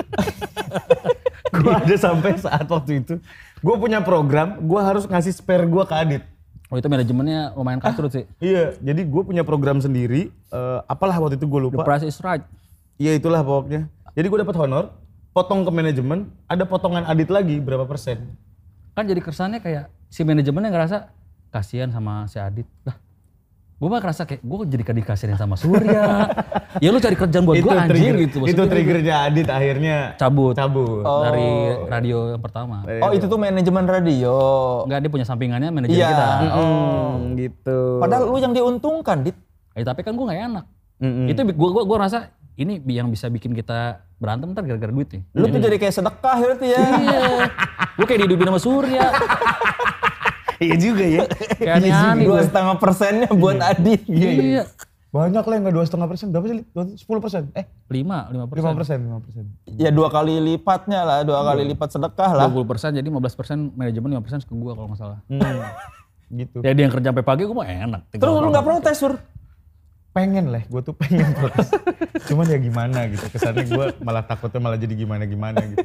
Gue ada sampai saat waktu itu, gue punya program, gue harus ngasih spare gue ke Adit. Oh itu manajemennya lumayan kasrut sih. Iya, jadi gue punya program sendiri. eh, apalah waktu itu gue The lupa. price is right. Iya itulah pokoknya. Jadi gue dapat honor, potong ke manajemen, ada potongan Adit lagi berapa persen. Kan jadi kesannya kayak si manajemennya ngerasa kasihan sama si Adit. Lah, gue mah ngerasa kayak gue jadi dikasihin sama Surya. Ya lu cari kerjaan buat gue anjing trigger, gitu. itu Maksudnya triggernya Adit akhirnya cabut, cabut. dari radio yang pertama. Oh itu tuh manajemen radio. Enggak, dia punya sampingannya manajemen Iya. kita. Hmm, gitu. Padahal lu yang diuntungkan, Dit. Eh, tapi kan gue gak enak. Mm-mm. Itu gue gua, gua rasa ini yang bisa bikin kita berantem ntar gara-gara duit nih. Lu tuh jadi kayak sedekah berarti ya. Iya. Gue kayak dihidupin sama Surya. Iya juga ya. Kayak aneh-aneh Dua gue. setengah persennya buat Adit. Iya. Banyak lah nggak dua setengah persen, berapa sih? Sepuluh persen? Eh, Lima, lima lima persen. persen, lima persen. Ya dua kali lipatnya lah, dua kali lipat sedekah lah. dua puluh persen jadi lima belas persen manajemen, lima persen ke gue kalau nggak salah. Hmm, gitu. Ya dia yang kerja sampai pagi gue mah enak. Tinggal Terus lu nongkrong. nggak protes, Sur? Pengen lah, gue tuh pengen protes. Cuman ya gimana gitu, kesannya gue malah takutnya malah jadi gimana-gimana gitu.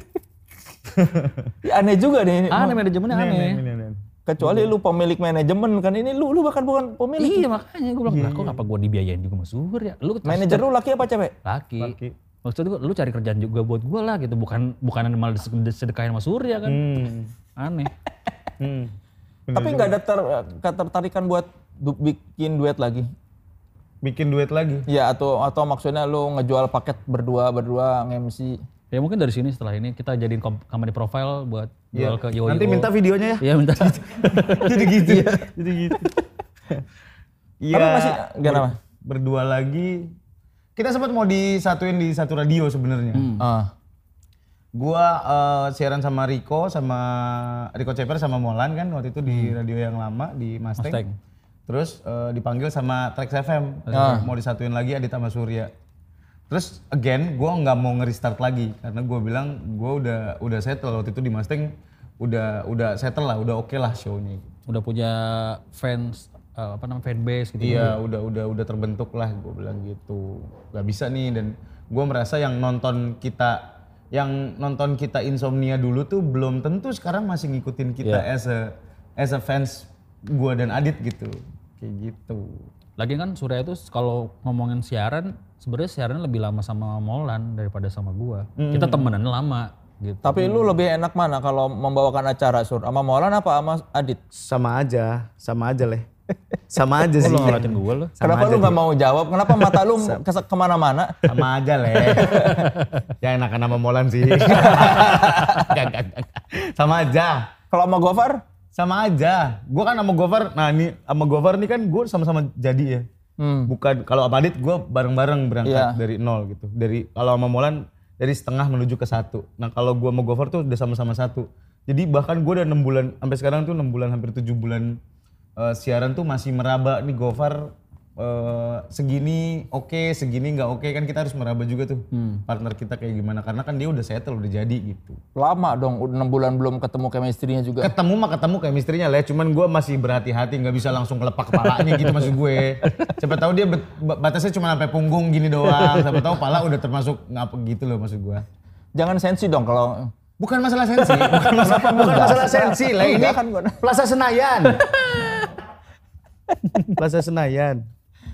Ya, aneh juga nih. Aneh manajemennya Ini, aneh. ini, ini, ini. Kecuali lu pemilik manajemen kan ini lu lu bahkan bukan pemilik. Iya makanya gue bilang, lah kok ngapa gue dibiayain juga sama Surya? Lu Manajer lu laki apa cewek? laki. Laki. Maksud gue, lu cari kerjaan juga buat gue lah gitu, bukan bukan malah sedekahin sama Surya kan? Hmm. Aneh. Hmm. Tapi nggak ada ter, ketertarikan buat du- bikin duet lagi. Bikin duet lagi. Ya atau atau maksudnya lu ngejual paket berdua berdua nge-M C. Ya mungkin dari sini setelah ini kita jadiin kom- company profile buat Iya. jual ke Yoyo. Nanti minta videonya ya. Iya minta. Jadi gitu ya. Jadi gitu. Iya. Tapi masih kenapa? Berdua lagi. Kita sempat mau disatuin di satu radio sebenarnya. Hmm. Ah. Gua uh, siaran sama Riko sama Riko Ceper sama Molan kan waktu itu di radio yang lama di Mustang. Mustang. Terus uh, dipanggil sama Trax F M. Ah. Mau disatuin lagi Adit sama Surya. Terus again gua nggak mau nge-restart lagi karena gua bilang gua udah udah settle waktu itu di Mustang udah udah settle lah, udah oke lah show-nya. Udah punya fans uh, apa namanya fanbase gitu. Iya, udah udah udah terbentuk lah, gue bilang gitu. Gak bisa nih, dan gue merasa yang nonton kita, yang nonton kita Insomnia dulu tuh belum tentu sekarang masih ngikutin kita Iya. as a as a fans gue dan Adit gitu, kayak gitu. Lagi kan Surya itu kalau ngomongin siaran, sebenarnya siaran lebih lama sama Molan daripada sama gua. Kita temenan lama gitu. Tapi lu lebih enak mana kalau membawakan acara Sur? Sama Molan apa sama Adit? Sama aja, sama aja leh. Sama aja Kok sih. lu ngeliatin gua lu? Sama Kenapa aja lu nggak sih. mau jawab? Kenapa mata lu kes- kemana-mana? Sama aja leh. Ya enakan sama Molan sih. Gak, gak, gak. Sama aja. Kalau sama Gofar? Sama aja. Gue kan sama Gofar, nah ini sama Gofar nih kan gue sama-sama jadi ya. Hmm. Bukan, kalau sama Adit gue bareng-bareng berangkat Iya. dari nol gitu. Dari kalau sama Molan dari setengah menuju ke satu. Nah kalau gue sama Gofar tuh udah sama-sama satu. Jadi bahkan gue udah enam bulan, sampai sekarang tuh enam bulan hampir tujuh bulan eh, siaran tuh masih meraba nih Gofar eh, segini oke, segini nggak oke, kan kita harus meraba juga tuh partner kita kayak gimana. Karena kan dia udah settle, udah jadi gitu. Lama dong, udah enam bulan belum ketemu chemistry-nya juga. Ketemu mah ketemu kayak misterinya lah, cuman gue masih berhati-hati nggak bisa langsung kelepak kepalanya gitu maksud gue. Siapa tahu dia bet- batasnya cuma sampai punggung gini doang, siapa tahu pala udah termasuk ngapa gitu loh maksud gue. Jangan sensi dong kalau Bukan masalah sensi, bukan masalah, bukan masalah sensi lah ini. Enggak kan gua. Plaza Senayan. Plaza Senayan.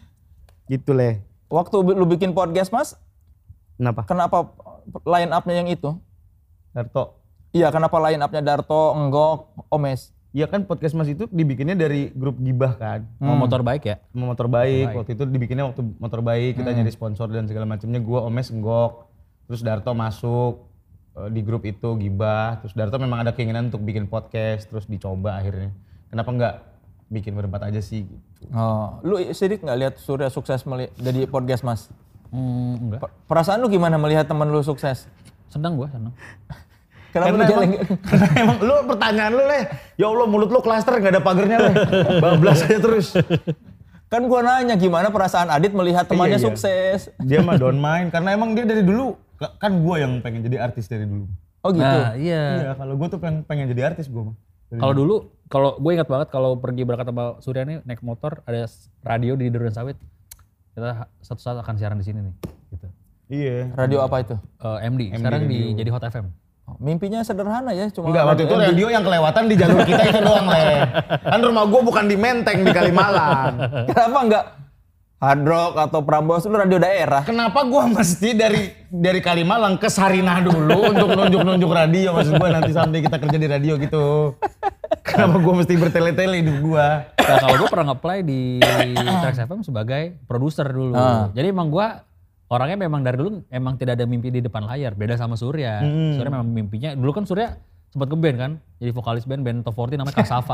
Gitu leh. waktu lu bikin podcast Mas, Kenapa? kenapa line up-nya yang itu? Darto. Iya, kenapa line up-nya Darto, Enggok, Omes? Iya kan podcast Mas itu dibikinnya dari grup Gibah kan. Mau motor baik ya? Sama motor baik. Waktu itu dibikinnya waktu motor baik, kita nyari sponsor dan segala macamnya. Gua Omes Enggok. Terus Darto masuk eh, di grup itu Gibah. Terus Darto memang ada keinginan untuk bikin podcast, terus dicoba akhirnya. Kenapa enggak bikin berempat aja sih gitu. Oh, lu sidik nggak lihat Surya sukses meli- jadi podcast Mas? Hmm, enggak. Per- Perasaan lu gimana melihat temen lu sukses? Senang gua, senang. Kenapa Karena lu emang, jalan- karena emang lu pertanyaan lu leh, ya Allah mulut lu klaster gak ada pagernya leh, bablas aja terus. Kan gua nanya gimana perasaan Adit melihat temannya Iya, iya. sukses? Dia mah don't mind, karena emang dia dari dulu, kan gua yang pengen jadi artis dari dulu. Oh gitu. Nah, iya. Iya, kalau gua tuh pengen, pengen jadi artis gua mah. Dari Kalau dulu, kalau gue ingat banget kalau pergi berangkat sama Surya nih naik motor ada s- radio di Durian Sawit. Kita ha- satu saat akan siaran di sini nih. Gitu. Iya. Radio apa itu? Eh, M D, sekarang di jadi Hot F M. Oh, mimpinya sederhana ya, cuma Enggak, waktu itu radio yang kelewatan di jalur kita itu doang leh. Kan rumah gua bukan di Menteng, di Kalimalang. Kenapa enggak Hard Rock atau Prambors, lu radio daerah? Kenapa gua mesti dari dari Kalimalang ke Sarinah dulu untuk nunjuk-nunjuk radio, maksud gua nanti sampai kita kerja di radio gitu. Kenapa gua mesti bertele-tele hidup gua? Nah, kalau gue pernah nge-play di Trax F M sebagai produser dulu. Ah. Jadi emang gue orangnya memang dari dulu emang tidak ada mimpi di depan layar. Beda sama Surya. Surya memang mimpinya, dulu kan Surya sempat nge-band kan. Jadi vokalis band, band Top empat puluh namanya Kasava.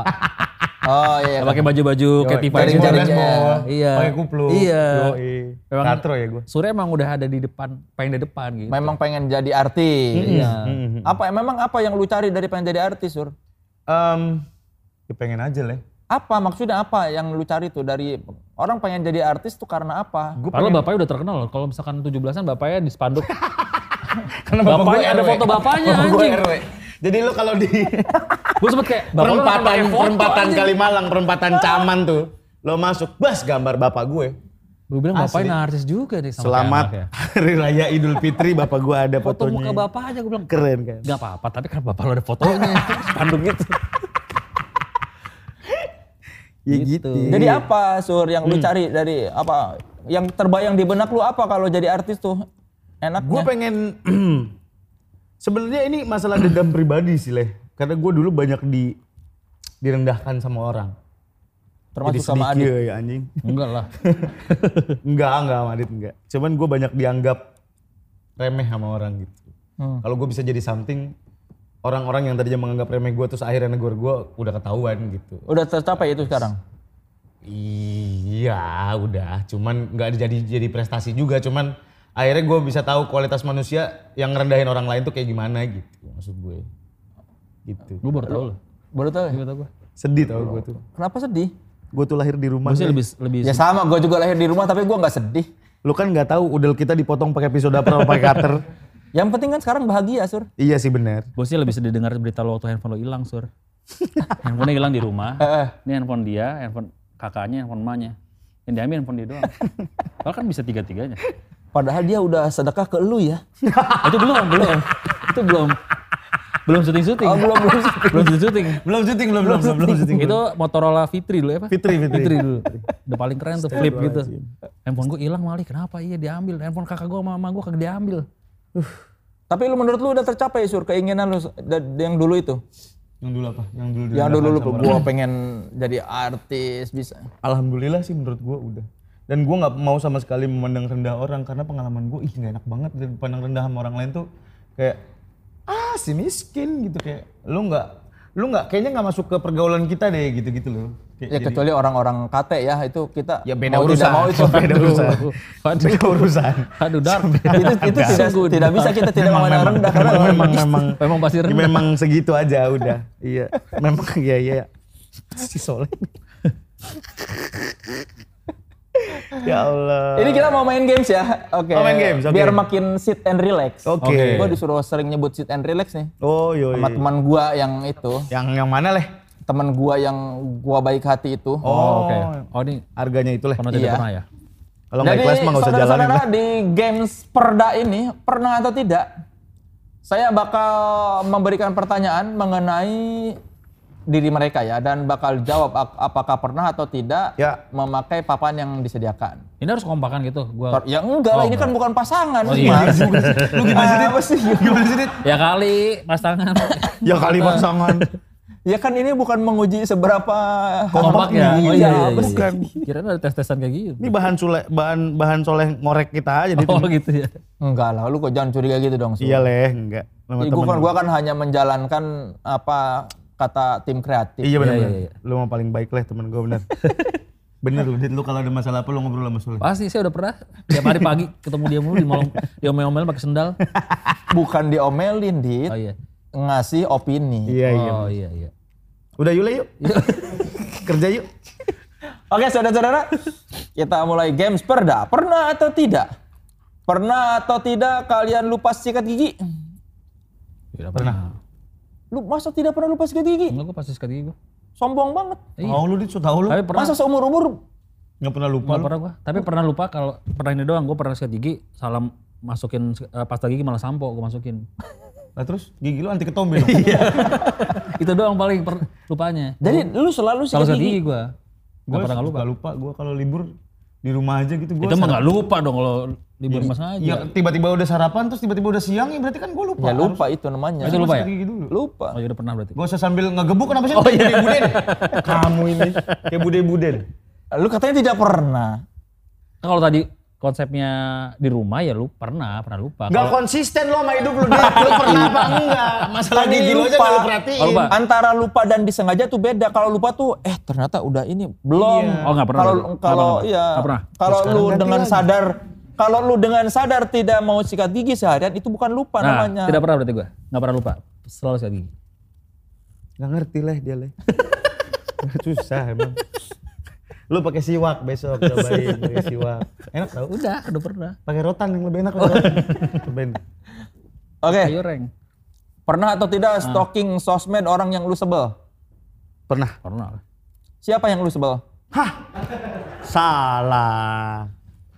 Oh iya. Pakai baju-baju kayak Tifa jaring- gitu. jaringnya. Iya. Pakai kupluk. Iya. Yoi. Memang Katro ya gua. Surya emang udah ada di depan, pengen di depan gitu. Memang pengen jadi artis. Iya. Apa memang apa yang lu cari dari pengen jadi artis, Sur? Em, ya pengen aja leh. Apa maksudnya apa yang lu cari tuh dari orang pengen jadi artis tuh karena apa? Padahal bapaknya udah terkenal loh. Kalau misalkan tujuh belasan bapaknya di spanduk. Karena Bapaknya ada foto bapaknya, Bapak gua anjing. R W. Jadi lu kalau di Gue sempet kayak bapak lu langsung perempatan pakai foto, perempatan anjing. Kalimalang, perempatan Caman tuh, lo masuk, bas gambar bapak gue. Gue bilang Asli. bapaknya artis juga nih sama Selamat kayak anaknya. Hari Raya Idul Fitri, bapak gue ada Foto fotonya. muka bapak aja gue bilang Keren kan? gak apa-apa, tapi kan bapak lo ada fotonya, spanduk gitu. Ya Gitu. gitu. Jadi apa, Sur, yang lu cari dari apa? Yang terbayang di benak lu apa kalau jadi artis tuh? Enaknya. Gue pengen, sebenarnya ini masalah dendam pribadi sih leh. Karena gue dulu banyak di direndahkan sama orang. termasuk Jadi sama sedikit Adit. ya anjing. Enggak lah. Enggak, enggak sama Adit enggak. Cuman gue banyak dianggap remeh sama orang gitu. Hmm. Kalau gue bisa jadi something, orang-orang yang tadinya menganggap remeh gue terus akhirnya negur gue udah ketahuan gitu. Udah tercapai itu sekarang? Iya udah, cuman nggak jadi jadi prestasi juga, cuman akhirnya gue bisa tahu kualitas manusia yang ngerendahin orang lain tuh kayak gimana gitu maksud gue. Gitu. Gue baru tahu loh. Baru tahu ya? Baru tahu gue. Sedih tau gue tuh. Kenapa sedih? Gue tuh lahir di rumah. Gue sih nih. lebih lebih Ya sama, gue juga lahir di rumah tapi gue nggak sedih. Lu kan nggak tahu udel kita dipotong pakai pisau dapur atau pakai cutter. Yang penting kan sekarang bahagia, Sur. Iya sih benar. gue sih lebih sedih dengar berita lo waktu handphone lo hilang, Sur. Handphonenya hilang di rumah. Ini handphone dia, handphone kakaknya, handphone emaknya. Yang diambil handphone dia doang. Padahal kan bisa tiga-tiganya. Padahal dia udah sedekah ke lu ya. Itu belum, belum. Itu belum. Belum syuting-syuting. Oh, belum, belum syuting. Belum syuting. Belum syuting, belum belum belum syuting. Itu Motorola Fitri dulu ya, Pak? Fitri, Fitri. Fitri dulu. Udah paling keren tuh, flip gitu. Handphone gue hilang Mali, kenapa? Iya diambil. Handphone kakak gue sama mama gue kagak diambil. Uh. Tapi lu menurut lu udah tercapai, Sur, keinginan lu yang dulu itu? Yang dulu apa? Yang dulu. Yang dulu lu gua pengen jadi artis bisa. Alhamdulillah sih menurut gue udah. Dan gue nggak mau sama sekali memandang rendah orang karena pengalaman gue ih nggak enak banget dan pandang rendah sama orang lain tuh kayak ah si miskin gitu kayak lu nggak lu nggak kayaknya nggak masuk ke pergaulan kita deh gitu-gitu loh. Kayak Ya jadi- kecuali orang-orang K T ya itu kita Ya beda mau urusan. tidak mau itu Beda urusan. Waduh, Beda urusan. aduh dark. itu, itu tidak tidak bisa kita tidak memandang rendah karena memang memang memang Memang pasti rendah. memang segitu aja udah. Iya. Memang iya iya. Si Soleh. Ya Allah. Ini kita mau main games ya. Oke. Oh, main games, oke. Biar makin sit and relax. Oke. Oke. Gua disuruh sering nyebut sit and relax nih. Oh iya. Sama teman gua yang itu, Yang yang mana leh? teman gua yang gua baik hati itu. Oh, oke. Oh, ini Harganya itu leh. pernah tidak Iya. pernah ya? Kalau nggak Jadi ikhlas mah nggak usah jalanin saudara-saudara lah. di games Perda ini pernah atau tidak? Saya bakal memberikan pertanyaan mengenai diri mereka ya dan bakal jawab ap- apakah pernah atau tidak Ya. memakai papan yang disediakan. Ini harus kompakan gitu. Gua Ya enggak lah, Oh, ini kan bukan pasangan. Oh, iya. Mas. Lu gimana sih? Apa sih? Gimana sih Dit? ya kali pasangan. Ya kali pasangan. Ya kan ini bukan menguji seberapa Kompak ya. Oh iya, iya, iya. bukan. Kira ada tes-tesan kayak gitu. Ini bahan soleh bahan bahan soleh ngorek kita aja Dit. Oh gitu ya. Enggak lah, lu kok jangan curiga gitu dong. Su. Iya leh, enggak. Sama Ih, gua temen. kan gua kan hanya menjalankan apa kata tim kreatif. Iya benar. Iya, benar. iya, iya. Lu mah paling baik leh temen gue bener. Bener lu, Dit, lu kalau ada masalah apa lu ngobrol sama Soleh. Pasti saya udah pernah. Tiap hari pagi ketemu dia mulu di malam. Dia omel-omel pakai sendal. Bukan diomelin, Dit. Oh iya. Ngasih opini. Iya iya. Oh iya iya. Udah yuk leh yuk. Kerja yuk. Oke, saudara-saudara. Kita mulai games Perda. Pernah atau tidak? Pernah atau tidak kalian lupa sikat gigi? Tidak pernah. Lu masa tidak pernah lupa sikat gigi? Enggak, gue pasti sikat gigi gue. Sombong banget. Iya. Mau lu Dit, so tau lu. Tapi pernah. Masa seumur-umur Nggak pernah lupa Nggak lu. pernah gue. Tapi pernah lupa kalau pernah ini doang. Gue pernah sikat gigi, salah masukin eh, pasta gigi malah sampo gue masukin. Lah terus gigi lu anti ketombe dong. Itu doang paling per, lupanya. jadi lu selalu Kalau sikat sikat gigi gigi. gue. Gak pernah nggak lupa. Gak lupa. Gue kalau libur di rumah aja gitu. Gua Itu mah nggak lupa dong kalau libur mas aja. Ya tiba-tiba udah sarapan terus tiba-tiba udah siang ya berarti kan gue lupa. Ya lupa itu namanya. Itu lupa ya? Sikat gigi dulu. Lupa. Oh ya udah pernah berarti. Gak usah sambil ngegebuk kenapa sih? Oh iya. Bude-buden. Kamu ini kayak bude-buden. Lu katanya tidak pernah. Nah, kalau tadi konsepnya di rumah ya lu pernah, pernah lupa. Gak Kalau- konsisten lo sama hidup lu. Dit. Lu pernah apa enggak? Masalah Tadi gigi lu aja lupa. gak lu perhatiin. Oh, lupa. Antara lupa dan disengaja tuh beda. Kalau lupa tuh eh ternyata udah ini belum. Iya. Oh, nggak pernah Kalau berarti? Nggak kalau pernah. iya. Nggak pernah. Kalau Sekarang lu ganti dengan lagi. sadar kalau lu dengan sadar tidak mau sikat gigi seharian itu bukan lupa Nah, namanya. tidak pernah berarti gue. Nggak pernah lupa. Selalu sikat gigi. Gak ngerti lah dia leh. Susah emang. Lu pakai siwak besok cobain pakai siwak. Enak tau? Udah, udah pernah. Pakai rotan yang lebih enak lah. Cobain. Oke. Yoreng. Pernah atau tidak Ah. stalking sosmed orang yang lu sebel? Pernah. Pernah. Siapa yang lu sebel? Salah.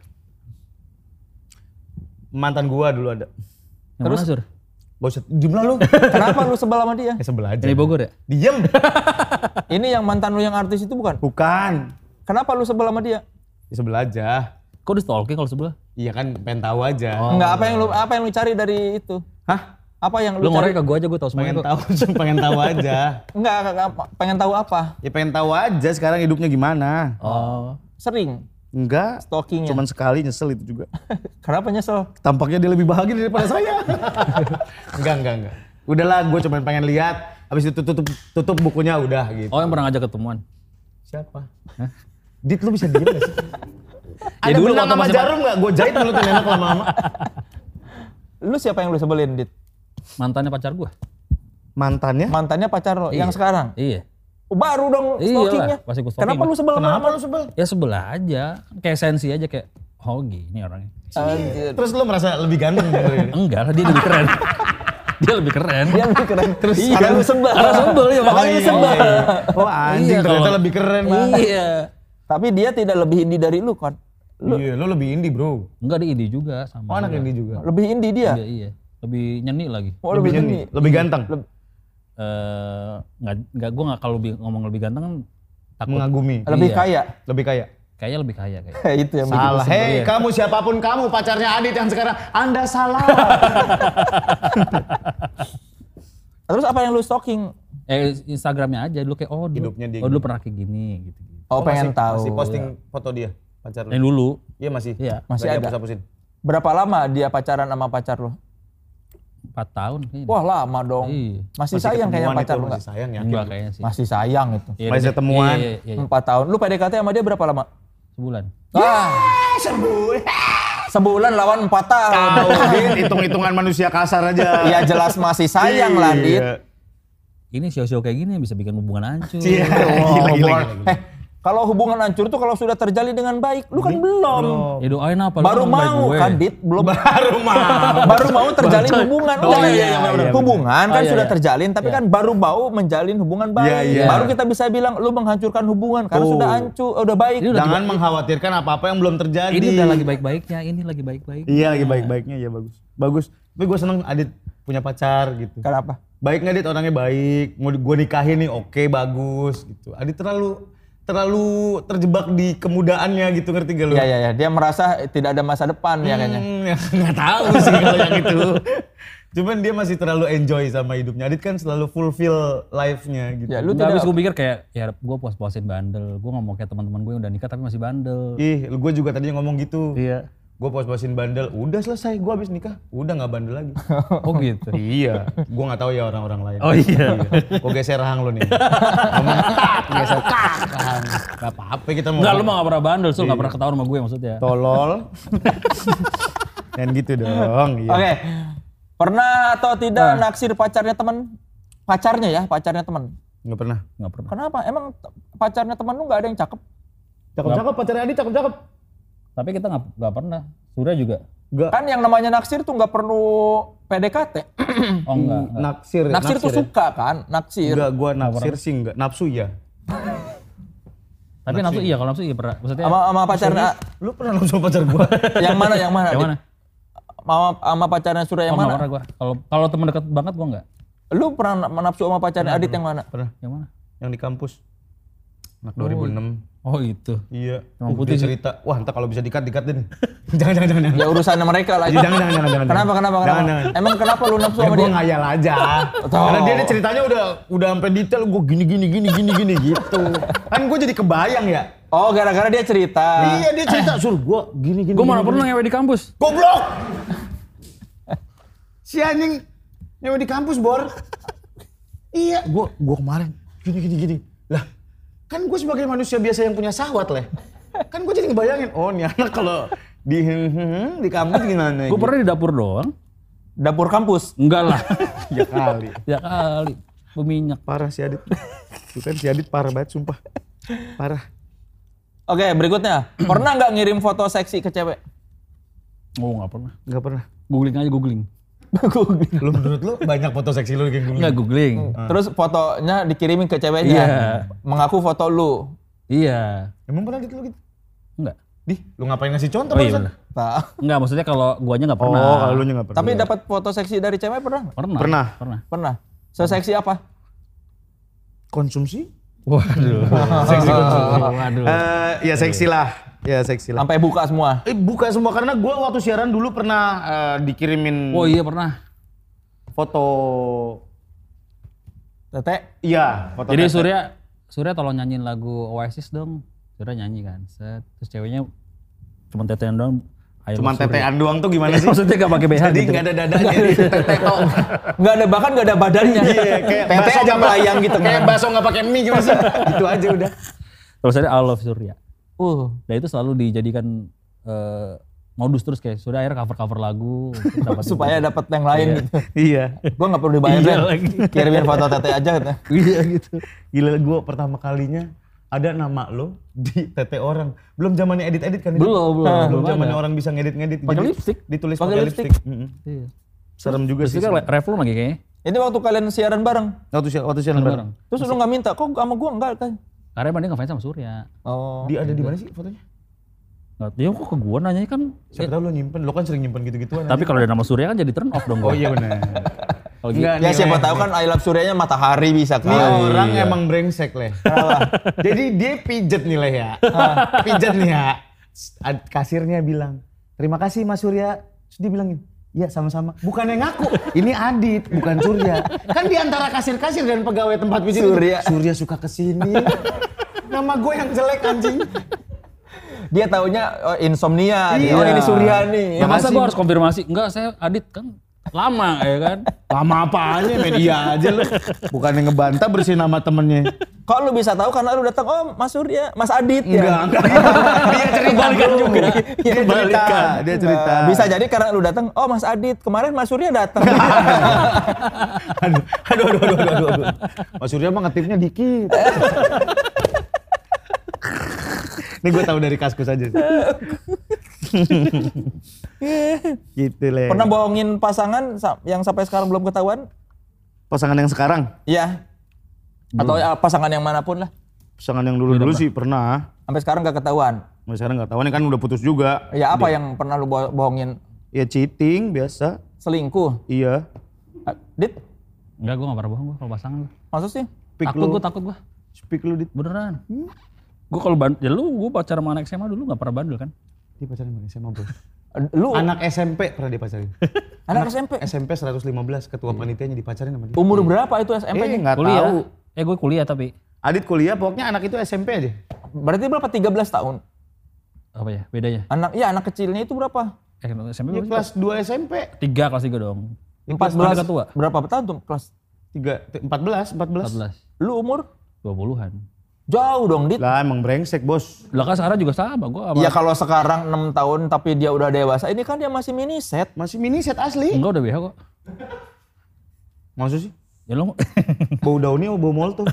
Mantan gua dulu ada. Yang mana Sur? Gak usah jumlah lu. Kenapa lu sebel sama dia? Eh sebelah aja. Ini Bogor ya? Diem. Ini yang mantan lu yang artis itu bukan? Bukan. Kenapa lu sebel sama dia? Di sebelah aja. Kok di stalking kalau sebelah? Iya kan pengen tahu aja. Enggak, apa yang lu apa yang lu cari dari itu? Hah? Apa yang Lu lu, cari? ngorek ke gue aja, gue tau semuanya Pengen kok. tahu, pengen tahu aja. Enggak, enggak, enggak, pengen tahu apa? Ya pengen tahu aja sekarang hidupnya gimana. Oh. Sering. Enggak, Stalkingnya. cuman sekali nyesel itu juga. Kenapa nyesel? Tampaknya dia lebih bahagia daripada saya. enggak, enggak, enggak. Udahlah, gue cuman pengen lihat. Habis itu tutup tutup bukunya udah gitu. Oh yang pernah ngajak ketemuan? Siapa? Hah? Dit, lu bisa diem gak sih? Ya Ada dulu benang waktu sama masih- jarum gak? Gue jahit mulutnya enak lama-lama. Lu siapa yang lu sebelin, Dit? Mantannya pacar gue. Mantannya? Mantannya pacar lo yang sekarang? Iya. Oh, baru dong Iyalah, stalkingnya. pasti gua stalking Kenapa lah. lu sebel sama Kenapa lu sebel? Ya sebelah aja. Kayak sensi aja kayak, oh gini orangnya. Anjir. Terus lu merasa lebih ganteng dari ini? Enggak lah, dia lebih keren. Dia lebih keren. Dia lebih keren. Terus Iya. karena lu sebel. Karena sebel ya makanya iya, sebel. iya. Oh anjing, Iya, ternyata kalau- lebih keren banget. Iya. Tapi dia tidak lebih indie dari lu kan? Iya, lu lebih indie bro. Enggak, dia indie juga sama. Oh anak gua. indie juga. Lebih indie dia. Iya, iya. Lebih nyeni lagi. Oh, lebih Lebih indie. indie, lebih ganteng. Eh, enggak enggak gua enggak kalau lebih ngomong lebih ganteng kan takut. Mengagumi. Lebih Iya. kaya. Lebih kaya. Kayaknya lebih kaya kayak. Itu yang bikin Salah. lu sebel. Hei, kamu siapapun kamu pacarnya Adit yang sekarang, Anda salah. Terus apa yang lu stalking? Eh Instagramnya aja dulu kayak oh dulu, Hidupnya dia oh dulu pernah kayak gini gitu. gitu. Oh, pengen masih, tahu. Masih posting foto dia, pacar lu. Yang dulu Iya masih. Iya. Masih Nggak ada. dihapus-hapusin. Berapa lama dia pacaran sama pacar lu? empat tahun kayaknya. Wah, lama dong. Iya. Masih, sayang kayaknya ketemuan pacar itu, lu enggak? Masih sayang ya. Enggak kayaknya sih. Masih sayang itu. Iya, Masih iya, ketemuan. Iya, iya, iya. Empat tahun. Lu P D K T sama dia berapa lama? Sebulan. Ah, Sebulan. sebulan lawan empat tahun. Tahu, Dit, hitung-hitungan manusia kasar aja. Ya jelas masih sayang lah, Dit. Iya. Ini show-show kayak gini bisa bikin hubungan hancur. Iya. Oh, Gila, gila, hubungan- gila, gila. Eh, kalau hubungan hancur tuh kalau sudah terjalin dengan baik, lu kan belum. Ya doain apa? Lu Baru kan baik mau gue. kan, Dit, belum. Baru mau. Baru mau terjalin hubungan. Oh, Jangan- iya, iya, benar, hubungan Oh, kan iya, sudah iya. terjalin, tapi kan baru mau menjalin hubungan baik. Iya, iya. Baru kita bisa bilang lu menghancurkan hubungan karena Tuh. sudah hancur, udah baik. Ini udah Jangan mengkhawatirkan apa-apa yang belum terjadi. Ini udah lagi baik-baiknya, ini lagi baik-baik. Iya lagi baik-baiknya ya bagus. Bagus. Tapi gue seneng Adit punya pacar gitu. Kenapa? Baik nggak Adit, orangnya baik. Mau gue nikahin nih, oke bagus gitu. Adit terlalu terlalu terjebak di kemudaannya gitu, ngerti gak lu? Iya, iya, iya. Dia merasa tidak ada masa depan ya kayaknya. Hmm, ya nggak tahu sih kalau yang itu. Cuman dia masih terlalu enjoy sama hidupnya. Adit kan selalu fulfill life-nya gitu. Ya, lu Nggak, tidak habis gue pikir kayak ya gue puas-puasin bandel. Gue nggak mau kayak teman-teman gue yang udah nikah tapi masih bandel. Ih, gue juga tadinya ngomong gitu. Iya. Gue puas-puasin bandel, udah selesai, gue habis nikah, udah nggak bandel lagi. Oh gitu. Iya, gue nggak tahu ya orang-orang lain. Oh iya. Gue geser rahang lo nih. Ngomong tak, geser tak, rahang. Gak apa-apa kita mau. Enggak, lu mah gak pernah bandel, Sul. Gak pernah ketahuan sama gue maksudnya. tolol. Dan gitu dong. Iya. Oke. Pernah atau tidak naksir pacarnya teman? Pacarnya ya, pacarnya teman. Nggak pernah. Gak pernah. Kenapa? Emang t- pacarnya teman lu nggak ada yang cakep? Cakep-cakep pacarnya Adit, cakep-cakep. Tapi kita gak, gak pernah. Surya juga. Enggak. Kan yang namanya naksir tuh nggak perlu P D K T. Oh enggak. enggak. Naksir. Naksir tuh ya? suka kan, naksir. Enggak, gue naksir sih enggak. Nafsu ya. Tapi nafsu iya, kalau nafsu iya pernah. Maksudnya Sama sama pacarnya Lu pernah nafsu sama pacar gue? yang mana yang mana? yang Dit? mana? Sama sama pacarnya Surya yang Oh, nggak mana? pernah gue. Kalau kalau teman dekat banget gue enggak. Lu pernah menafsu sama pacarnya Adit yang mana? Pernah. Yang mana? Yang di kampus. Anak dua ribu enam. Oh itu. Iya. Emang Uh, putih dia sih. cerita. Wah, entar kalau bisa dikat dikat deh. jangan jangan jangan. jangan. Ya urusannya mereka lah. Jangan, jangan, jangan, jangan. Kenapa kenapa kenapa? Jangan, jangan. Emang kenapa lu nafsu Ya sama gue dia? ngayal aja. Tuh. Karena dia, dia ceritanya udah udah sampai detail, gue gini gini gini gini gini gitu. Kan gue jadi kebayang ya. Oh, gara-gara dia cerita. Iya dia cerita, sur gue gini gini. Gue mana gini, pernah gini. ngewe di kampus. Goblok. Si anjing nyewa di kampus, Bor. Iya, gue gue kemarin gini gini gini. Lah, kan gue sebagai manusia biasa yang punya syahwat lah. Kan gue jadi ngebayangin, oh nih anak kalau di di kampus gimana? Gue pernah di dapur doang. Dapur kampus. Enggak lah. ya kali. Ya kali. Berminyak. Parah si Adit. Bukan si Adit parah banget, sumpah. Parah. Oke, berikutnya. Pernah nggak ngirim foto seksi ke cewek? Oh nggak pernah. Gak pernah. Googling aja googling. Lu menurut lu banyak foto seksi lu kayak gue? Enggak googling. Terus fotonya dikirimin ke ceweknya. Iya. Mengaku foto lu. Iya. Emang pernah gitu lu gitu? Enggak. Dih, lu ngapain ngasih contoh Oh iya barusan? bener. Nah, Enggak, maksudnya kalau guanya enggak pernah. Oh, kalau lu nya gak pernah. tapi dapat foto seksi dari cewek pernah nggak? Pernah. Pernah. Pernah. Pernah. Seseksi apa? Konsumsi? Waduh. Seksi konsumsi. Waduh. Eh, ya seksi lah. Ya seksi lah. Sampai buka semua. Eh, buka semua karena gue waktu siaran dulu pernah eh, dikirimin Oh iya pernah. foto. Tete. Iya, foto. Jadi tete. Surya, Surya tolong nyanyiin lagu Oasis dong. Surya nyanyi kan. Set. Terus ceweknya cuma tetean doang. I Cuman love Surya. tetean doang tuh gimana sih? Maksudnya gak pakai B H Jadi gitu. nggak ada dadanya di tete kok. Nggak ada, bahkan nggak ada badannya. Iya, kayak Tete bakso aja nggak- melayang gitu. Kayak bakso nggak pakai mie gimana sih? Itu aja udah. Terus ada I love Surya. Uh, Dan itu selalu dijadikan eh, modus terus kayak Surya akhirnya cover-cover lagu. untuk dapetin supaya gitu. dapat yang lain gitu. Iya. Gua nggak perlu dibayar Iya deh. lagi. Kirimin foto tete aja gitu. Iya gitu. Gila gue pertama kalinya ada nama lo di tete orang. Belum zamannya edit-edit kan? itu? Belum, belum, Belum belum zamannya ada. orang bisa ngedit-ngedit. Pakai Jadi lipstick. Ditulis Pakai pakai lipstick. lipstick. Mm-mm. Iya. Serem juga Terus sih. itu kan reflu lagi kayaknya. Ini waktu kalian siaran bareng. Waktu siaran waktu siaran bareng. Terus lu nggak minta, kok sama gua enggak kan? Karena emang dia ngefans sama Surya. Oh. Dia ada di mana sih fotonya? Nggak, dia kok ke gua nanya kan. Siapa tahu lo nyimpen, lo kan sering nyimpen gitu-gituan. Tapi kalau ada nama Surya kan jadi turn off dong Oh gua. iya benar. Kalau gitu. Enggak, Ya nih, siapa Leh. tahu kan I love Suryanya matahari bisa kan. Nih orang Iya. emang brengsek Leh. Jadi dia pijet nih Leh ya. Pijet nih ya. Ad- Kasirnya bilang, terima kasih Mas Surya. Terus dia bilangin, iya sama-sama. Bukan yang ngaku, ini Adit, bukan Surya. Kan di antara kasir-kasir dan pegawai tempat pijet itu, Surya. Surya suka kesini. Nama gue yang jelek anjing. Dia taunya oh, insomnia. Iya. Oh ini Surya nih. Ya masa gua harus konfirmasi? Enggak, saya Adit kan lama ya kan. Lama apanya media aja lu. Bukan yang ngebantah bersihin nama temennya. Kok lu bisa tahu karena lu datang, oh Mas Surya, Mas Adit ya? Enggak, enggak. Dia cerita Kebalikan dulu. juga. Dia cerita, Kebalikan. dia cerita. Nah, bisa jadi karena lu datang, oh Mas Adit, kemarin Mas Surya datang. aduh, aduh, aduh, aduh, aduh, aduh. Mas Surya mah ngetipnya dikit. Ini gue tahu dari Kaskus aja. Gitu Leh. Pernah bohongin pasangan sa- yang sampai sekarang belum ketahuan? Pasangan yang sekarang? Iya. Atau ya, pasangan yang manapun lah. Pasangan yang dulu-dulu sih pernah. Sampai sekarang gak ketahuan. Mas sekarang nggak tahu, ini kan udah putus juga. Ya apa yang pernah lu bo- bohongin? Ya cheating biasa. Selingkuh? Iya. Ah, Dit? Enggak, gua gak pernah bohong gua kalau pasangan gua. Maksud sih? Pik Takut lu. gua, takut gua. Speak lu dit. Beneran. Gua kalau ban- ya lu gua pacaran sama anak S M A dulu gak pernah bandel kan? Dia pacaran sama S M A bos. Lu Anak S M P pernah dia pacarin. anak S M P? S M P seratus lima belas ketua panitianya dipacarin sama dia. Umur berapa itu S M Eh P-nya? nggak Kuliah. tahu. Eh gue kuliah tapi Adit kuliah pokoknya anak itu S M P aja. Berarti berapa? tiga belas tahun? apa ya bedanya? Anak, ya anak kecilnya itu berapa? Eh S M P Dia berapa? kelas dua S M P. Tiga kelas tiga dong. empat Sampai belas. ketua. Berapa tahun tuh kelas? Tiga, empat belas, empat belas. empat belas. Lu umur? dua puluhan. Jauh dong, Dit. Lah emang brengsek bos. Lah kan sekarang juga sama gua sama. Ya kalau sekarang enam tahun tapi dia udah dewasa, ini kan dia masih mini set. Masih mini set asli. Enggak udah B H kok. Maksud sih? Ya lo Bau daunnya bau molto.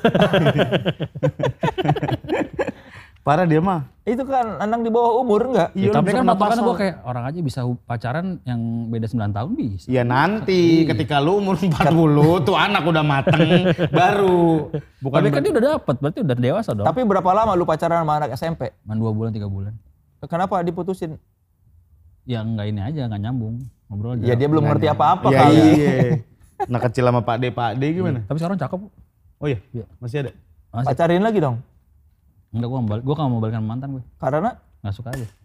Parah dia mah. Itu kan anak di bawah umur enggak? ya, lu tapi bisa kan kena patokan pasal. gua kayak orang aja bisa hu- pacaran yang beda sembilan tahun bisa. Ya nanti ketika lu umur empat puluh tuh anak udah mateng baru. Bukan Tapi kan dia udah dapet, berarti udah dewasa dong. Tapi berapa lama lu pacaran sama anak S M P? Man dua bulan tiga bulan. Kenapa diputusin? Ya enggak ini aja, enggak nyambung. Ngobrol aja. Ya dia belum ngerti apa-apa Iya kali. iya. Anak kecil sama Pak D, Pak D gimana? Tapi sekarang cakep. Oh iya, Iya. masih ada. Masih. Pacarin lagi dong. Enggak, gua mau gua gak mau balikan sama mantan gue. Karena Enggak suka aja.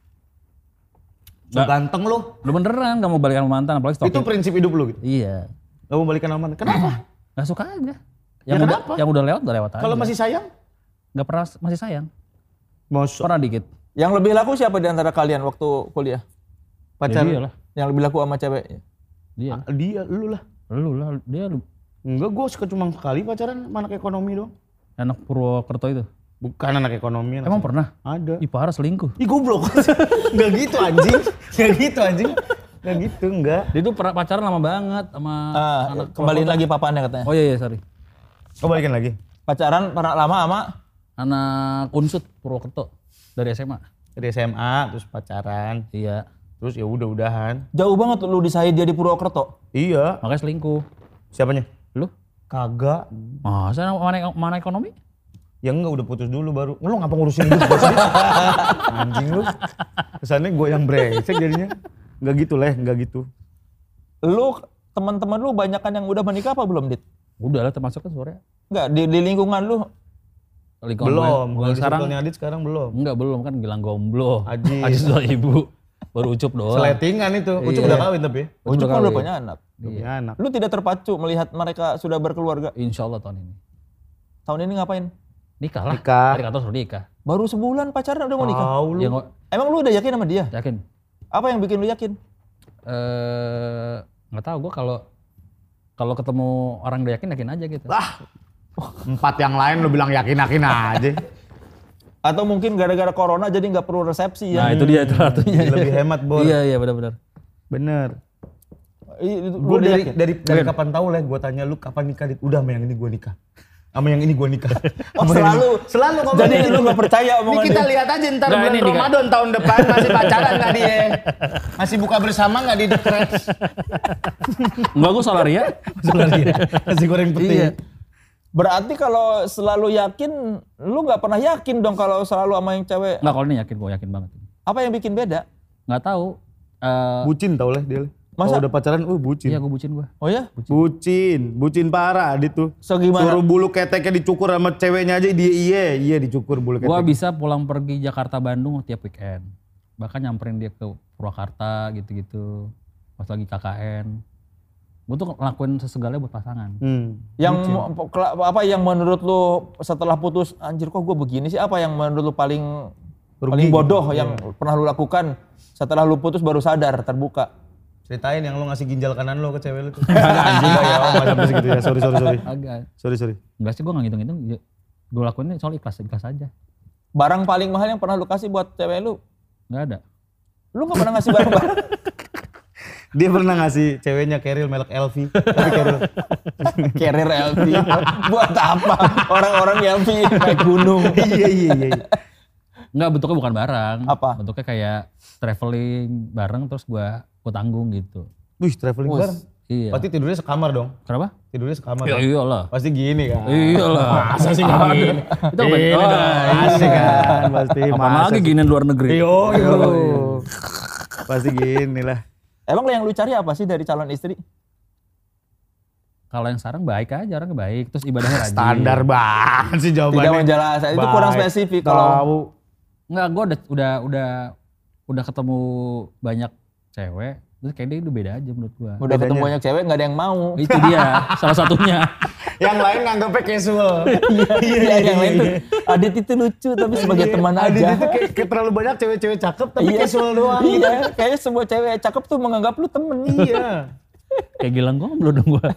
So ganteng lu. Lu beneran gak mau balikan sama mantan apalagi stalking. Itu prinsip hidup lu gitu. Iya. Gak mau balikan sama mantan. Kenapa? Gak suka aja. Ya Yang udah kenapa? yang udah lewat udah lewat aja. Kalau masih sayang? Gak pernah masih sayang. Masuk. Pernah dikit. yang lebih laku siapa di antara kalian waktu kuliah? Pacar. Ya dia lah. Yang lebih laku sama cewek? Dia. Ah, Dia, lu lah. Lu lah, dia lu. Enggak, gue suka cuma sekali pacaran sama anak ekonomi doang. Anak Purwokerto itu. Bukan anak ekonomi. anak Emang saya. pernah? Ada. Ih parah selingkuh. Ih goblok. Enggak gitu anjing. Enggak gitu anjing. Enggak gitu, enggak. Dia tuh pernah pacaran lama banget sama Ah, anak kembaliin Purwokerto. lagi papaannya katanya. Oh iya iya sorry. Oh balikin lagi. Pacaran pernah lama sama Anak Unsut Purwokerto dari S M A. Dari S M A terus pacaran. Iya. Terus ya udah-udahan. jauh banget lu disahin dia di Purwokerto. Iya. Makanya selingkuh. Siapanya? Lu? Kagak. Masa mana, mana ekonomi? Ya enggak udah putus dulu baru. Lu ngapa ngurusin gue sih? Anjing lu. Kesannya gue yang brengsek jadinya. Enggak gitu leh, enggak gitu. Lu teman-teman lu banyakan yang udah menikah apa belum, Dit? Udah lah termasuk kan sore. Enggak, di, di lingkungan lu. Lingkungan Belum. gue Kalau di sekarang circle-nya Adit sekarang belum. enggak belum kan Gilang Gomblo. Ajis. Ajis dua ibu. Baru Ucup doang. Seletingan itu. Ucup Iya. udah kawin tapi ya. Ucup udah kan udah kawin. punya anak. Udah punya anak. Lu tidak terpacu melihat mereka sudah berkeluarga. Insya Allah tahun ini. Tahun ini ngapain? Nikah lah. Nikah. Tadi kata suruh nikah. Baru sebulan pacaran udah mau nikah? Tahu lu. Ya nggak Emang lu udah yakin sama dia? yakin. Apa yang bikin lu yakin? Eh nggak tahu gue kalau kalau ketemu orang udah yakin yakin aja gitu. Lah. Empat yang lain lu bilang yakin-yakin aja. Atau mungkin gara-gara corona jadi nggak perlu resepsi ya? Nah itu dia itu satunya. Lebih hemat, Bor. Iya iya benar-benar. Bener. Ih, itu Gue lu udah dari yakin? dari dari kapan tahu lah gue tanya lu kapan nikah, Dit? Udah sama yang ini gue nikah. Sama yang ini gue nikah. Oh, Sama yang selalu. ini. Selalu ngomong Jadi gitu. lu nggak percaya Ini omongan kita dia? lihat aja ntar Nggak, bulan ini di- Ramadan tahun depan masih pacaran nggak dia? Masih buka bersama nggak di Dekrets? Enggak gue solaria. Solaria. Nasi goreng putih. Iya. Berarti kalau selalu yakin, lu nggak pernah yakin dong kalau selalu sama yang cewek. Enggak kalau ini yakin gue yakin banget. Apa yang bikin beda? Nggak tahu. Eh Bucin tau lah dia. Masa? Kalau udah pacaran, uh bucin. iya gue bucin gue. Oh ya? Bucin, bucin parah Adit tuh. So gimana? Suruh bulu keteknya dicukur sama ceweknya aja dia iya, iya dicukur bulu ketek. Gue bisa pulang pergi Jakarta Bandung tiap weekend. Bahkan nyamperin dia ke Purwakarta gitu-gitu. Pas lagi K K N. Gue tuh ngelakuin sesegalanya buat pasangan. Hmm. Yang mo- kela- apa yang menurut lu setelah putus, anjir kok gue begini sih? Apa yang menurut lu paling Rugi. paling bodoh yang pernah lu lakukan setelah lu putus baru sadar terbuka? Ceritain yang lu ngasih ginjal kanan lu ke cewek lu tuh. Anjing ya, oh, nggak sampai segitu ya. Sorry, sorry, sorry. Agak. Sorry, sorry. Enggak sih gue gak ngitung-ngitung. Gue lakuin soal ikhlas, ikhlas aja. Barang paling mahal yang pernah lu kasih buat cewek lu? Gak ada. Lu gak pernah ngasih barang-barang? Dia pernah ngasih ceweknya keril merek L V. Tapi keril. Carrier L V. Buat apa? Orang-orang L V naik gunung. Iya, iya, iya. Enggak, bentuknya bukan barang. Apa? Bentuknya kayak traveling bareng terus gue gue tanggung gitu. Wih, traveling Wus. bareng. Iya. Pasti tidurnya sekamar dong. Kenapa? Tidurnya sekamar. Ya kan? iyalah. Pasti gini kan. Iyalah. Masa sih nggak Ada. gini? Itu apa? Gini Oh, dong. Pasti kan. Pasti. Apa Masa lagi sih? gini luar negeri? Yo, yo. Pasti gini lah. Emang yang lu cari apa sih dari calon istri? Kalau yang sekarang baik aja, orangnya baik. Terus ibadahnya rajin. Standar banget sih jawabannya. Tidak menjelaskan. Itu kurang Baik. spesifik kalau Tahu. Enggak, gue udah udah udah udah ketemu banyak cewek. Terus kayak dia itu beda aja menurut gue. udah ketemu banyak cewek nggak ada yang mau. Itu dia salah satunya. Yang lain nganggapnya casual. Iya, yang lain tuh Adit itu lucu tapi sebagai teman Adit aja. itu kayak, kayak terlalu banyak cewek-cewek cakep tapi Iya. casual doang. Iya, kayaknya semua cewek cakep tuh menganggap lu temen. Iya. Kayak Gilang gomblo dong gue.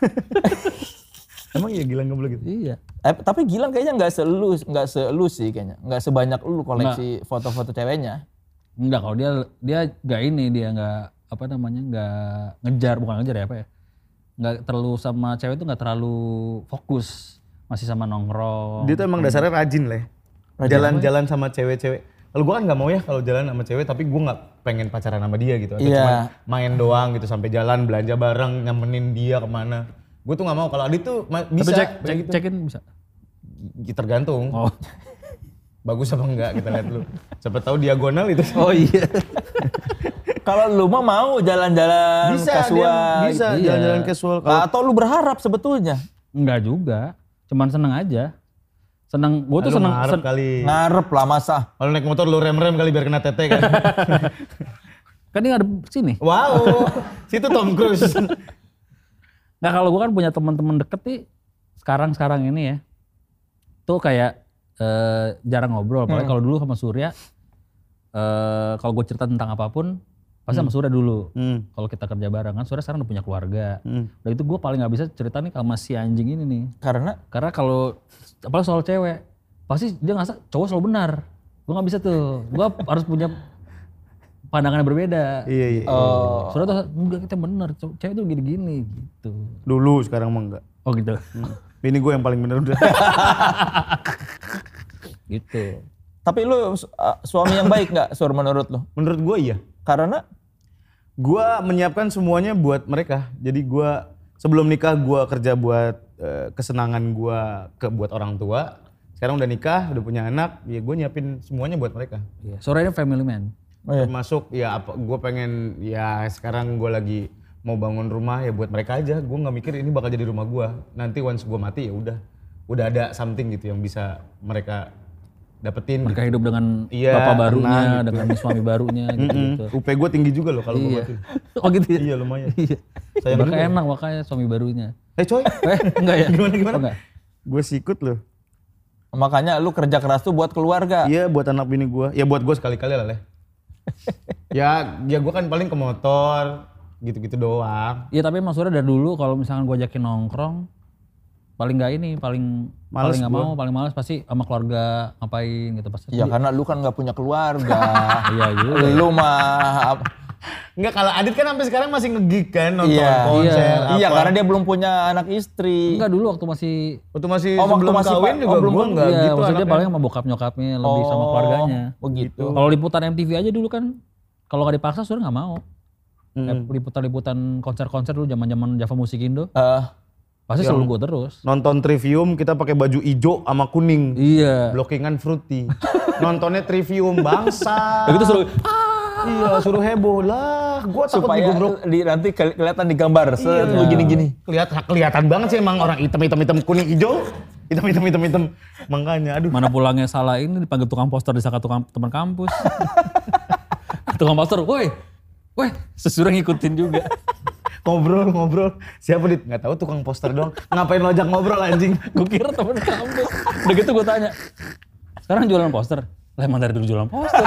Emang iya Gilang goblok gitu? Iya. Eh, tapi Gilang kayaknya nggak selu, nggak selu sih kayaknya, nggak sebanyak lu koleksi foto-foto ceweknya. Enggak, kalau dia dia nggak ini, dia nggak apa namanya nggak ngejar, bukan ngejar ya apa ya? Nggak terlalu sama cewek itu nggak terlalu fokus, masih sama nongkrong. Dia tuh emang dasarnya rajin lah. Rajin Jalan-jalan sama cewek-cewek. Kalau gue kan nggak mau ya kalau jalan sama cewek, tapi gue nggak pengen pacaran sama dia gitu. Atau Iya. cuma main doang gitu sampai jalan belanja bareng, nyamenin dia kemana. Gue tuh nggak mau. Kalau Adit tuh ma- bisa. Tapi cek, kayak cek gitu. cekin bisa. Ya, tergantung. Oh. Bagus apa enggak kita lihat dulu. Siapa tahu diagonal itu. Oh iya. Kalau lu mah mau jalan-jalan Bisa, casual, dia bisa gitu. jalan-jalan casual. Kalau Atau lu berharap sebetulnya Enggak juga. Cuman seneng aja. Seneng, gue tuh lu seneng. ngarep sen- kali. ngarep lah masa. Kalau naik motor lu rem-rem kali biar kena tete kan. kan dia ada sini. Wow, situ Tom Cruise. Nggak, kalau gue kan punya teman-teman deket nih sekarang-sekarang ini ya. Tuh kayak eh, jarang ngobrol. Apalagi kalau dulu sama Surya, eh, kalau gue cerita tentang apapun, pasti sama Surya dulu. Hmm. Kalau kita kerja bareng kan, Surya sekarang udah punya keluarga. Hmm. Udah itu gue paling nggak bisa cerita nih sama si anjing ini nih. Karena Karena kalau apalagi soal cewek, pasti dia ngerasa cowok selalu benar. Gue nggak bisa tuh. Gue harus punya pandangan yang berbeda. Iya, iya. oh, Surya tuh enggak, kita benar. Cewek tuh gini-gini gitu. Dulu sekarang mah enggak. Oh gitu. Hmm. Ini gue yang paling bener udah. Gitu. tapi lu su- uh, suami yang baik nggak Sur menurut lu? Menurut gue iya. Karena Gue menyiapkan semuanya buat mereka. Jadi gue sebelum nikah gue kerja buat eh, kesenangan gue ke buat orang tua. Sekarang udah nikah, udah punya anak, ya gue nyiapin semuanya buat mereka. Iya. Surya ini family man. oh iya. Termasuk ya apa gue pengen ya sekarang gue lagi mau bangun rumah ya buat mereka aja. Gue nggak mikir ini bakal jadi rumah gue. Nanti once gue mati ya udah, udah ada something gitu yang bisa mereka dapetin. Mereka hidup dengan Iya, bapak barunya, tenang gitu. dengan suami barunya gitu-gitu. U P gue tinggi juga loh kalau gue Iya. mati. Oh gitu ya? Iya lumayan. Iya. Sayang Mereka juga. enak makanya suami barunya. Eh coy, Eh enggak ya? gimana gimana? Oh, enggak. Gue sikut loh. Makanya lu kerja keras tuh buat keluarga. Iya buat anak bini gue. Ya buat gue sekali-kali lah, Leh. ya, ya gue kan paling ke motor, gitu-gitu doang. Iya tapi Mas Surya dari dulu kalau misalkan gue ajakin nongkrong, paling nggak ini, paling Males paling nggak gua. mau, paling males pasti sama keluarga ngapain gitu pasti. Ya karena lu kan nggak punya keluarga. Iya juga. Lu mah Enggak, kalau Adit kan sampai sekarang masih nge-gig kan, nonton Iya. konser, Iya. apa. iya karena dia belum punya anak istri. Enggak dulu waktu masih Waktu masih Oh, waktu sebelum masih kawin pa- juga oh, belum gue kawin. enggak iya, gitu maksudnya anaknya. paling sama bokap nyokapnya lebih sama keluarganya. Begitu. Kalau liputan M T V aja dulu kan, kalau nggak dipaksa Surya nggak mau. Hmm. Kayak liputan-liputan konser-konser dulu zaman-zaman Java Musik Indo, Eh, pasti selalu gue terus. Nonton Trivium kita pakai baju hijau sama kuning. Iya. Blockingan fruity. Nontonnya Trivium bangsa. Begitu suruh Iya, suruh heboh lah. Gua takut supaya digubrak. di, nanti ke- kelihatan di gambar. Set, Iya. lu gini-gini. Kelihatan kelihatan banget sih emang orang hitam hitam hitam kuning hijau. Hitam hitam hitam hitam. Makanya aduh. mana pulangnya salah ini dipanggil tukang poster di sakat tukang teman kampus. Tukang poster, woi, woi, sesudah ngikutin juga. Ngobrol ngobrol. Siapa dit? Nggak tahu tukang poster doang. Ngapain lo ajak ngobrol anjing? Gue kira temen kampus. Udah gitu gue tanya, sekarang jualan poster? Lah emang dari dulu jualan poster.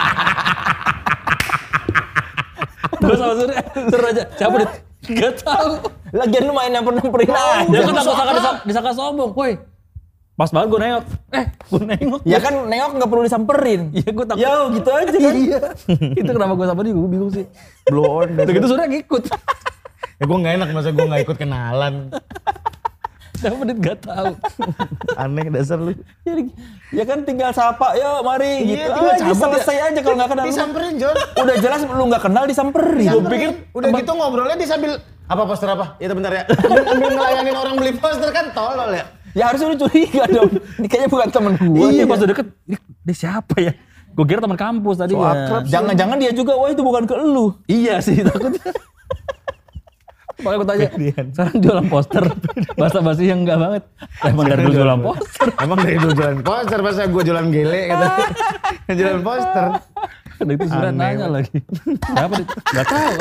Gue sama Surya, Surya aja, siapa dit? Gak tau. Lagian lu main nyamper-nyamperin aja. Dia kan takut disangka, disangka, disangka sombong, woi. Pas banget gue nengok, eh gue nengok. Ya kan nengok nggak perlu disamperin. Iya gue takut. Ya gitu aja kan. Iya. Itu kenapa gue sama dia, gue bingung sih. Blow on. Udah gitu Surya ngikut. Ya gue nggak enak masa gue nggak ikut kenalan. Siapa dit gak tau. Aneh dasar lu. Jadi, ya kan tinggal sapa, yo mari Iya, gitu. tinggal aja, cabut selesai aja kalau nggak kenal. Lu- Disamperin John. Udah jelas lu nggak kenal disamperin. Gue pikir udah gitu ngobrolnya dia sambil apa poster apa? Ya bentar ya. Ambil, ambil ngelayanin orang beli poster kan tolol ya. Ya harusnya lu curiga dong. Ini kayaknya bukan temen gua. Iya, nih. pas udah deket, ini dia siapa ya? Gue kira teman kampus tadi So ya. akrab. Jangan-jangan dia juga, wah itu bukan ke lu. Iya sih takutnya. Makanya gue tanya, sekarang jualan poster, bahasa-bahasa yang enggak banget. Emang dari dulu jualan poster. Emang dari dulu jualan poster, masa gue jualan gele kata. Jualan poster. Udah itu sudah Aneh nanya lagi. Siapa dit? Gak tahu.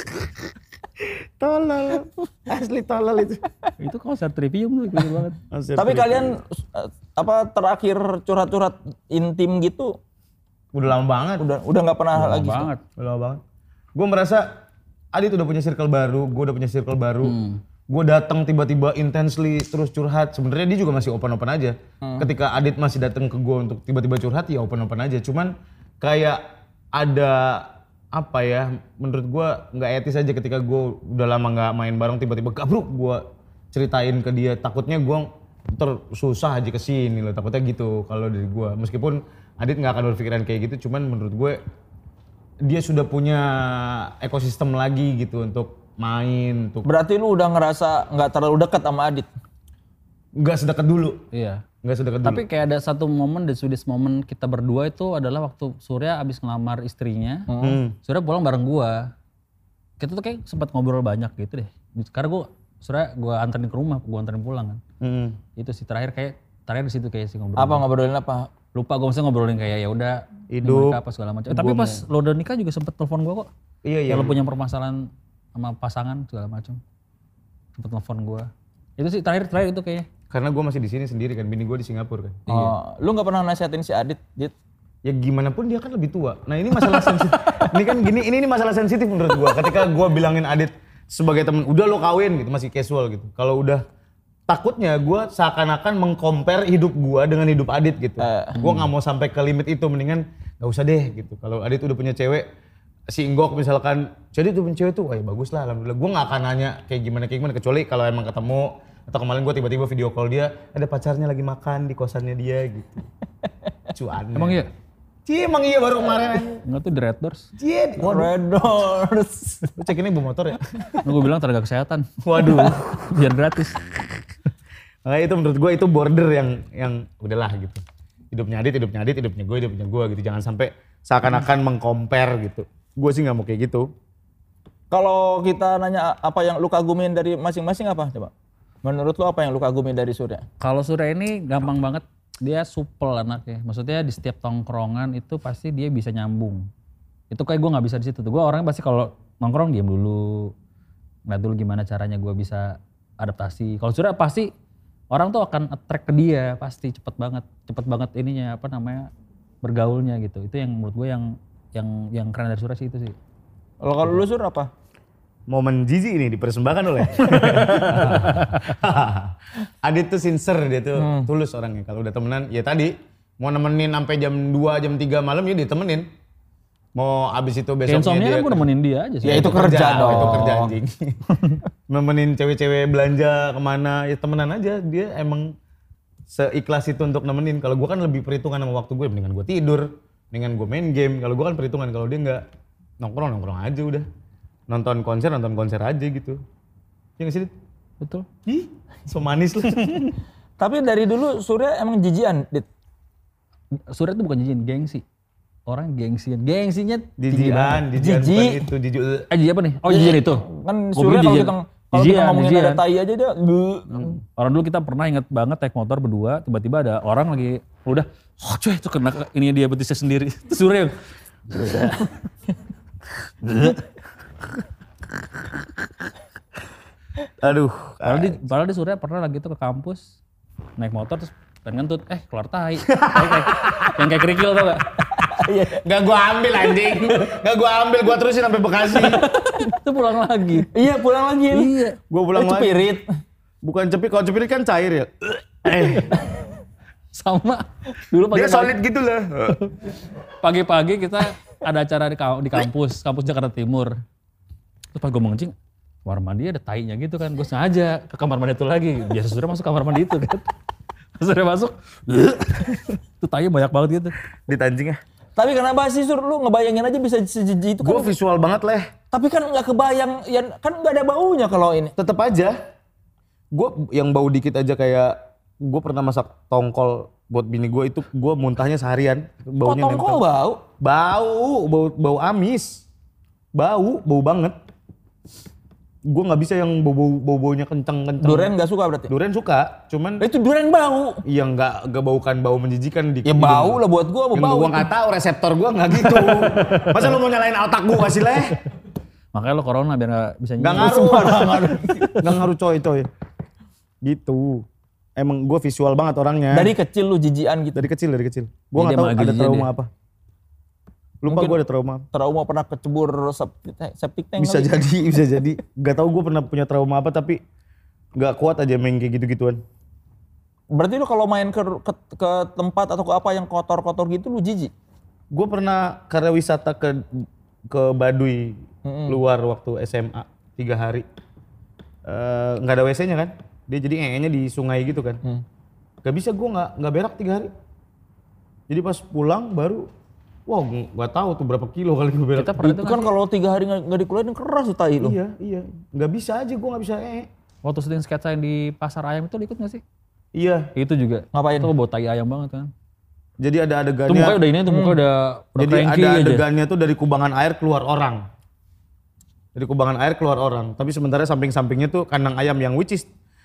Tolol. Asli tolol itu. Itu konser Trivium tuh, gitu banget. Tapi kalian eh, apa terakhir curhat-curhat intim gitu udah lama banget. udah udah nggak pernah Lama lagi. banget. Udah lama banget. Gue merasa Adit udah punya circle baru, gue udah punya circle baru. Gue datang tiba-tiba intensely terus curhat. Sebenarnya dia juga masih open-open aja. Ketika Adit masih datang ke gue untuk tiba-tiba curhat, ya open-open aja. Cuman kayak ada apa ya? Menurut gue nggak etis aja ketika gue udah lama nggak main bareng tiba-tiba gabruk gue ceritain ke dia. Takutnya gue tersusah aja kesini loh. Takutnya gitu kalau dari gue. Meskipun Adit nggak akan berpikiran kayak gitu. Cuman menurut gue dia sudah punya ekosistem lagi gitu untuk main, untuk Berarti lu udah ngerasa nggak terlalu dekat sama Adit. nggak sedekat dulu, Iya. nggak sedekat dulu. Tapi kayak ada satu momen, the sweetest moment kita berdua itu adalah waktu Surya abis ngelamar istrinya. Hmm. Surya pulang bareng gua. Kita tuh kayak sempat ngobrol banyak gitu deh. Karena gua, Surya gua anterin ke rumah, gua anterin pulang kan. Hmm. Itu sih terakhir kayak, terakhir di situ kayak sih ngobrol. Apa ngobrolin apa? Lupa gue maksudnya ngobrolin kayak ya udah Hidup. nikah apa segala macam. Tapi pas lo udah nikah juga sempet telepon gue kok. Iya iya. Kayak lo punya permasalahan sama pasangan segala macam. Sempet telepon gue. Itu sih terakhir terakhir itu kayaknya. Karena gue masih di sini sendiri kan, bini gue di Singapura kan. Oh, lu nggak pernah nasihatin si Adit, Dit? Ya gimana pun dia kan lebih tua. Nah ini masalah sensitif. Ini kan gini, ini, ini masalah sensitif menurut gue. Ketika gue bilangin Adit sebagai temen, udah lo kawin gitu, masih casual gitu. Kalau udah takutnya gue seakan-akan mengcompare hidup gue dengan hidup Adit gitu. Gue nggak mau sampai ke limit itu, mendingan nggak usah deh gitu. Kalau Adit udah punya cewek, si Inggok misalkan, jadi tuh punya cewek tuh, wah ya bagus lah alhamdulillah. Gue nggak akan nanya kayak gimana kayak gimana, kecuali kalau emang ketemu atau kemarin gue tiba-tiba video call dia, ada pacarnya lagi makan di kosannya dia gitu. Cuan. Emang iya? Cie emang iya baru kemarin. Enggak tuh di Red Doors. Cie, waduh. Red Doors. Lu cek ini bawa motor ya? Gue bilang tenaga kesehatan. Waduh. Biar gratis. Nah itu menurut gue itu border yang yang udahlah gitu. Hidupnya Adit, hidupnya Adit, hidupnya gue, hidupnya gue gitu. Jangan sampai seakan-akan mengcompare gitu. Gue sih nggak mau kayak gitu. Kalau kita nanya apa yang lu kagumin dari masing-masing apa coba? Menurut lu apa yang lu kagumin dari Surya? Kalau Surya ini gampang banget. Dia supel anaknya. Maksudnya di setiap tongkrongan itu pasti dia bisa nyambung. Itu kayak gue nggak bisa di situ tuh. Gue orangnya pasti kalau nongkrong diam dulu, ngeliat dulu gimana caranya gue bisa adaptasi. Kalau Surya pasti orang tuh akan attract ke dia pasti cepet banget, cepet banget ininya apa namanya bergaulnya gitu. Itu yang menurut gue yang yang yang keren dari Surya sih itu sih. Kalau kalau lu Sur apa? Momen jijik ini dipersembahkan oleh Adit tuh sincere, dia tuh hmm. tulus orangnya. Kalau udah temenan, ya tadi mau nemenin sampai jam dua, jam tiga malam ya ditemenin. Mau abis itu besoknya Insomnia dia... kan gue nemenin dia aja sih. Ya itu kerja, kerja dong. Itu kerja anjing. Nemenin cewek-cewek belanja kemana, ya temenan aja. Dia emang seikhlas itu untuk nemenin. Kalau gue kan lebih perhitungan sama waktu gue, mendingan gue tidur, mendingan gue main game. Kalau gue kan perhitungan, kalau dia nggak nongkrong-nongkrong aja udah. Nonton konser, nonton konser aja gitu. Ya nggak sih? Betul. Ih, so manis lah. Tapi dari dulu Surya emang jijian, Dit? Surya itu bukan jijian, gengsi. Orang gengsian, gengsinya jijian, jijian bukan itu, jiju. Eh jiji apa nih? Oh jijian itu. Kan Surya kalau kita kalau kita ngomongin ada tai aja dia. Hmm. Orang dulu kita pernah inget banget naik motor berdua, tiba-tiba ada orang lagi udah, oh cuy itu kena ini dia betisnya sendiri. Terus Surya yang aduh. Padahal di, padahal di Surya pernah lagi tuh ke kampus naik motor terus pengen ngentut, eh keluar tai. Kayak, yang kayak kerikil tau gak? Gak gua ambil anjing, gak gua ambil, gua terusin sampai Bekasi. Itu pulang lagi. Iya pulang lagi. Iya. Gua pulang eh, lagi. Cepirit. Bukan cepit, kalau cepirit kan cair ya. Eh. Sama. Dulu pagi-pagi. Dia solid gitu lah. Pagi-pagi kita ada acara di, di kampus, kampus Jakarta Timur. Terus pas gue mau ngencing, kamar mandi ada tainya gitu kan. Gue sengaja ke kamar mandi itu lagi. Biasa Surya masuk kamar mandi itu kan. Surya masuk, itu tainya banyak banget gitu. Di tanjing ya. Tapi kenapa sih Sur, lu ngebayangin aja bisa sejiji itu kan? Gue visual banget leh. Tapi kan nggak kebayang, ya kan nggak ada baunya kalau ini. Tetep aja. Gue yang bau dikit aja kayak, gue pernah masak tongkol buat bini gue itu gue muntahnya seharian. Kok tongkol bau? Bau, bau, bau amis. Bau, bau banget. Gue nggak bisa yang bau bau bau baunya kenceng kenceng. Durian nggak suka berarti? Durian suka, cuman itu durian bau. Iya nggak nggak baukan bau menjijikan di. Ya bau lah buat gue, bau. Gue nggak tahu reseptor gue nggak gitu. Masa lu mau nyalain otak gue kasih leh? Makanya lo corona biar nggak bisa nggak ngaruh, nggak ngaruh, nggak ngaruh coy coy. Gitu. Emang gue visual banget orangnya. Dari kecil lu jijian gitu? Dari kecil, dari kecil. Gue nggak tahu ada trauma dia. Apa. Lupa gue ada trauma. Trauma pernah kecebur septic tank. Bisa jadi, bisa jadi. Gak tau gue pernah punya trauma apa tapi gak kuat aja main kayak gitu-gituan. Berarti lu kalau main ke, ke, ke tempat atau ke apa yang kotor-kotor gitu lu jijik? Gue pernah karena wisata ke ke Baduy mm-hmm. luar waktu S M A tiga hari. Uh, gak ada W C-nya kan? Dia jadi ngenge-nya di sungai gitu kan. Hmm. Gak bisa gue gak, gak berak tiga hari. Jadi pas pulang baru wah, wow, gak tahu tuh berapa kilo kali gue berak. Itu kan kalau tiga hari gak, gak dikeluarin keras tuh tai lo. Iya, iya. Gak bisa aja, gue gak bisa eh. Waktu syuting sketsa yang di pasar ayam itu lo ikut gak sih? Iya. Itu juga. Ngapain? Itu bau tai ayam banget kan. Jadi ada adegannya. Itu mukanya udah ini, tuh mukanya udah, udah jadi ada aja. adegannya tuh dari kubangan air keluar orang. Dari kubangan air keluar orang. Tapi sementara samping-sampingnya tuh kandang ayam yang which is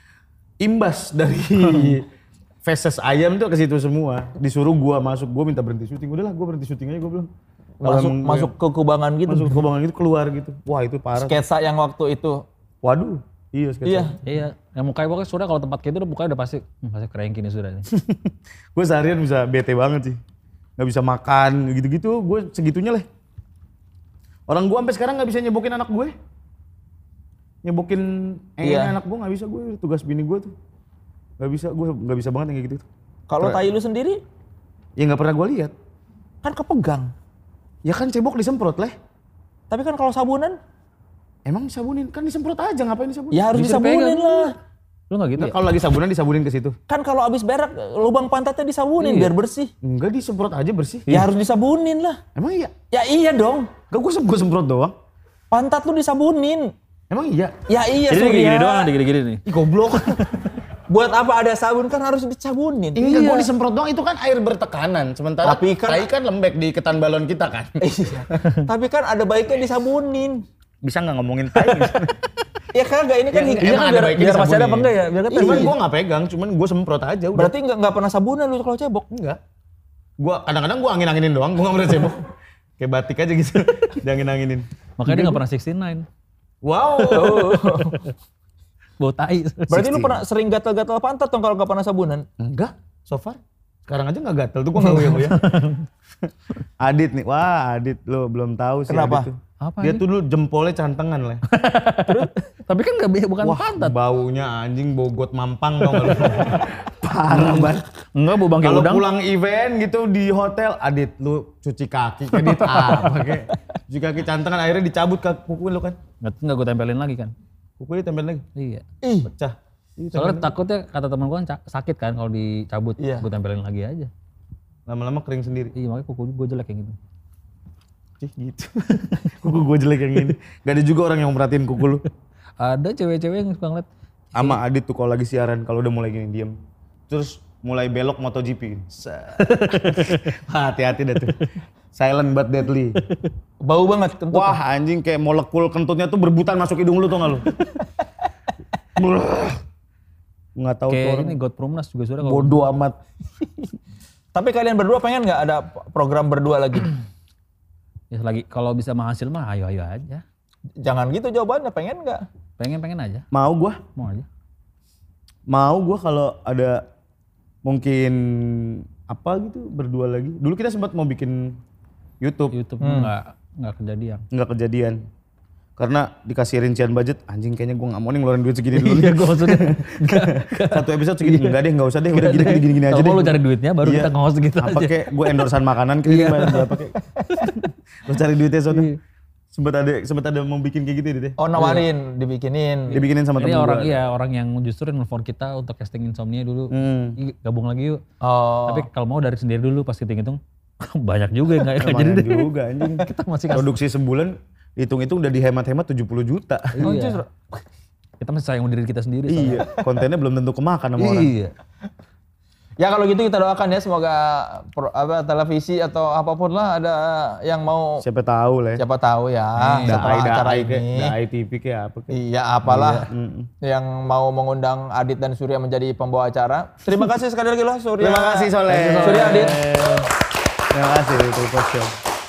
imbas dari feses ayam tuh ke situ semua. Disuruh gua masuk, gua minta berhenti syuting. Udahlah gua berhenti syuting aja gua bilang. Masuk masuk ke kubangan gitu. Masuk ke kubangan gitu keluar gitu. Wah, itu parah. Sketsa yang waktu itu. Waduh. Iya, sketsa. Iya, iya. Yang mukanya pokoknya sudah kalau tempat kayak itu mukanya udah pasti hmm, pasti cranky nih sudah nih. Gua seharian bisa bete banget sih. Gak bisa makan gitu-gitu, gua segitunya lah. Orang gua sampai sekarang gak bisa nyebokin anak gue. Nyebokin iya. anak gue gak bisa, gue tugas bini gue tuh. Gak bisa, gue gak bisa banget yang kayak gitu. Kalau tai lu sendiri? Ya gak pernah gue lihat. Kan kepegang. Ya kan cebok disemprot leh. Tapi kan kalau sabunan? Emang disabunin? Kan disemprot aja, ngapain disabunin? Ya harus bisa disabunin lah. Lu gak gitu nah, ya? Kalau lagi sabunan disabunin ke situ. Kan kalau abis berak, lubang pantatnya disabunin iya. biar bersih. Enggak, disemprot aja bersih. Ya iya. harus disabunin lah. Emang iya? Ya iya dong. Gak, gue gue semprot doang. Pantat lu disabunin. Emang iya? Ya iya, Jadi Surya. gini doang, gini-gini nih. Ih goblok. Buat apa ada sabun kan harus disabunin. Enggak, iya. gue disemprot doang, itu kan air bertekanan. Sementara tapi kan, tai kan lembek di ketan balon kita kan. Iya. Tapi kan ada baiknya disabunin. Bisa gak ngomongin tai? Ya kagak, ini kan ya, ini kan biar, biar masih ada apa enggak ya? Biar cuman gue gak pegang, cuman gue semprot aja udah. Berarti gak, gak pernah sabunan lu kalau cebok? Enggak. Gua kadang-kadang gue angin-anginin doang, gue gak pernah cebok. Kayak batik aja gitu, diangin-anginin. Makanya dia gak pernah enam puluh sembilan. Wow. bau tai. Berarti lu pernah sering gatal-gatal pantat dong kalau gak pernah sabunan? Enggak, so far. Sekarang aja gak gatel tuh, gue gak uyang-uyang. Adit nih, wah Adit lo belum tahu sih. Kenapa? Adit tuh. Apa Dia ini? tuh dulu jempolnya cantengan lah. Tapi kan gak bukan Wah, pantat. baunya anjing bau got mampang dong lu. Parah banget. Enggak bau bangkai Kalau udang. pulang event gitu di hotel, Adit lu cuci kaki, Adit apa kayak cuci kaki cantengan akhirnya dicabut ke kuku lu kan. Enggak enggak gue tempelin lagi kan. Kuku ditempel lagi. Iya. Ih, Pecah. Ih, Soalnya takutnya kata teman gue kan ca- sakit kan kalau dicabut. Iya. Gue tempelin lagi aja. lama-lama kering sendiri. Iya makanya kuku gue jelek kayak gitu. Cih gitu. Kuku gue jelek yang ini. Gak ada juga orang yang merhatiin kuku lu. Ada cewek-cewek yang suka ngeliat. Sama Adit tuh kalau lagi siaran, kalau udah mulai gini diem. Terus mulai belok MotoGP. Set. Wah, hati-hati dah tuh. Silent but deadly. bau banget kentut. Wah anjing kayak molekul kentutnya tuh berebutan masuk hidung lu tuh gak lu? Nggak tahu tuh Kayak orang. ini God Promnas juga sudah kalau Bodoh amat. Tapi kalian berdua pengen nggak ada program berdua lagi? ya lagi kalau bisa menghasil mah ayo ayo aja. Jangan gitu jawabannya, pengen nggak? Pengen-pengen aja. Mau gua, Mau aja. mau gua kalau ada mungkin apa gitu berdua lagi. Dulu kita sempat mau bikin YouTube, YouTube enggak enggak kejadian. nggak kejadian. Karena dikasih rincian budget, anjing kayaknya gua nggak mau nih ngeluarin duit segini dulu. Iya gue maksudnya. Satu episode segini, enggak deh, nggak usah deh, udah gini gini gini aja Kalau deh. mau lu cari duitnya baru Iya. kita nge-host gitu Apa aja. kayak gue endorsean makanan kayak bayar berapa kayak. Lu cari duitnya soalnya. Iya. Sempet ada sempet ada mau bikin kayak gitu deh. Oh nawarin, dibikinin. Dibikinin sama Ini temen orang gua. iya orang yang justru nelfon kita untuk casting Insomnia dulu. Hmm. Ih, gabung lagi yuk. Oh. Tapi kalau mau dari sendiri dulu pas hitung-hitung banyak juga yang nggak nggak jadi Lumayan deh. juga anjing. Kita masih kasih. Produksi sebulan hitung-hitung udah dihemat-hemat tujuh puluh juta. Oh, Iya. justru. Kita masih sayang diri kita sendiri. soalnya. Iya, kontennya belum tentu kemakan sama orang. Iya. Ya kalau gitu kita doakan ya semoga pro, apa televisi atau apapun lah ada yang mau Siapa tahu lah ya. siapa tahu ya setelah Dai, acara dai, kayak, ini. dai T V kayak apa kayak. Iya apalah Mm-mm. yang mau mengundang Adit dan Surya menjadi pembawa acara. Terima kasih sekali lagi loh Surya. Terima kasih Soleh. Surya Adit. Terima kasih itu podcast.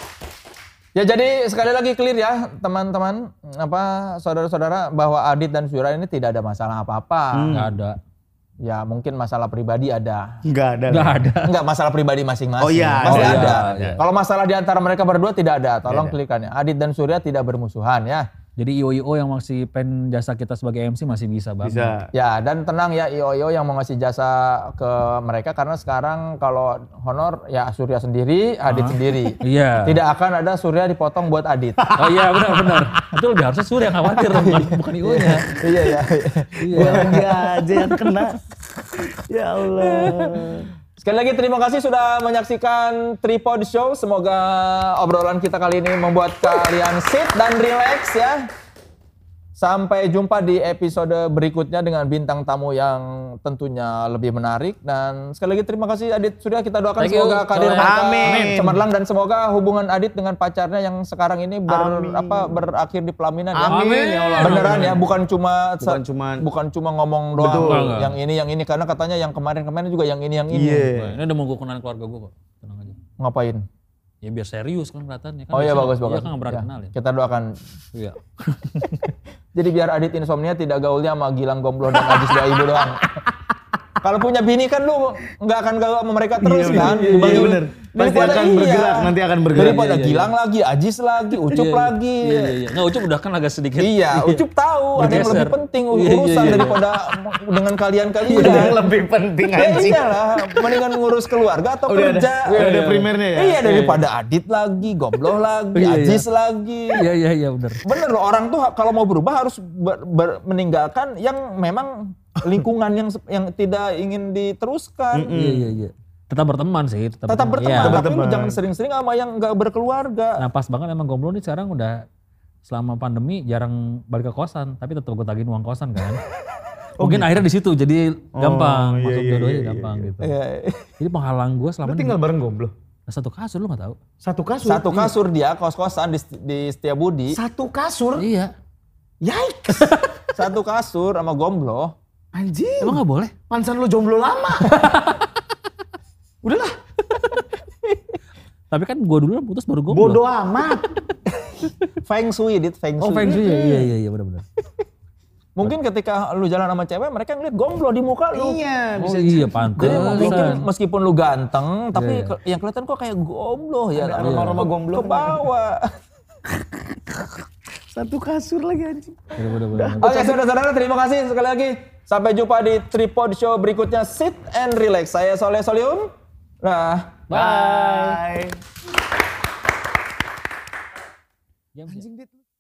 Ya jadi sekali lagi clear ya teman-teman apa saudara-saudara bahwa Adit dan Surya ini tidak ada masalah apa-apa. Nggak ada. Ya mungkin masalah pribadi ada. Enggak ada. Nggak lah. ada. Enggak masalah pribadi masing-masing. Oh iya, Pasti oh iya, ada. iya. Kalau masalah di antara mereka berdua tidak ada. Tolong klikkan ya. Adit dan Surya tidak bermusuhan ya. Jadi I O I O yang masih pen jasa kita sebagai M C masih bisa banget. Bisa. Ya dan tenang ya I O I O yang mau ngasih jasa ke mereka karena sekarang kalau honor ya Surya sendiri, Adit sendiri. Iya. Tidak akan ada Surya dipotong buat Adit. Oh iya benar-benar. Itu lebih harusnya Surya yang khawatir dong, bukan, bukan I O-nya. iya ya. Iya. Gue lagi aja yang kena. Ya Allah. Sekali lagi terima kasih sudah menyaksikan Tripod Show. Semoga obrolan kita kali ini membuat kalian sit dan relax ya. Sampai jumpa di episode berikutnya dengan bintang tamu yang tentunya lebih menarik. Dan sekali lagi terima kasih Adit Surya. Kita doakan Thank you. semoga kehadiran mereka Amin. cemerlang dan semoga hubungan Adit dengan pacarnya yang sekarang ini ber, Amin. apa, berakhir di pelaminan ya. Amin, ya Allah. Beneran ya, bukan cuma Bukan cuman- bukan cuma ngomong doang Betul. yang ini yang ini karena katanya yang kemarin-kemarin juga yang ini yang ini. Iya. Nah, ini udah mau gue kenalin keluarga gue kok. Tenang aja. Ngapain? Ya biar serius kan kelihatannya. Kan Oh iya biasa- bagus bagus. Iya kan nggak pernah Ya, kenal ya. Kita doakan. Iya. Jadi biar Adit Insomnia tidak gaulnya sama Gilang Gomblo dan Ajis Dua Ibu doang. Kalau punya bini kan lu nggak akan gaul sama mereka terus Iya, kan? iya, iya, Dibanding- bener. Pasti daripada akan iya. bergerak, nanti akan bergerak. Daripada Iya, iya, Gilang lagi, Ajis lagi, Ucup Iya, lagi. Iya iya iya. Nah Ucup udah kan agak sedikit. Iya, Ucup tahu ada yang Bergeser. lebih penting Iya, iya, urusan iya. daripada dengan kalian-kalian. Yang lebih penting Ya anjing. iyalah, mendingan ngurus keluarga atau Udah ada- kerja. udah ada primernya ya? Iya, daripada Adit lagi, Gombloh lagi, Iya, iya. Ajis lagi. Iya iya iya benar. Bener loh, orang tuh kalau mau berubah harus ber- ber- meninggalkan yang memang lingkungan yang se- yang tidak ingin diteruskan. Iya iya iya. Tetap berteman sih. Tetap, Tetap berteman, Iya. tapi lu berteman. jangan sering-sering sama yang nggak berkeluarga. Nah pas banget emang Gomblo nih sekarang udah selama pandemi jarang balik ke kosan, tapi tetap gue tagihin uang kosan kan. Mungkin akhirnya di situ jadi gampang, iya, masuk iya, dua-duanya iya, gampang gitu. Iya. Jadi penghalang gue selama Lu ini tinggal bareng Gomblo. satu kasur lu nggak tahu? Satu kasur. Satu kasur dia kos-kosan di, di Setiabudi. Satu kasur. Iya. Yikes. Satu kasur sama Gomblo. Anjing. Emang nggak boleh? Pansan lu jomblo lama. Udahlah. Tapi kan gue dulu putus baru Gomblo. Bodoh amat. Feng Shui, dit Feng Shui. Oh Feng Shui ya? Iya iya iya benar-benar. Mungkin ketika lu jalan sama cewek, mereka ngeliat gomblo di muka lu. Iya, Oh bisa iya pantes. Jadi mungkin meskipun lu ganteng, tapi Iya, ke- yang kelihatan kok kayak gomblo ya. Ada aroma-aroma gomblo. Ke bawah. Satu kasur lagi anjing. Bener-bener. Oke saudara-saudara, terima kasih sekali lagi. Sampai jumpa di Tripod Show berikutnya. Sit and relax. Saya Soleh Solium. Nah, Bye. Jam- Anjing, Dit.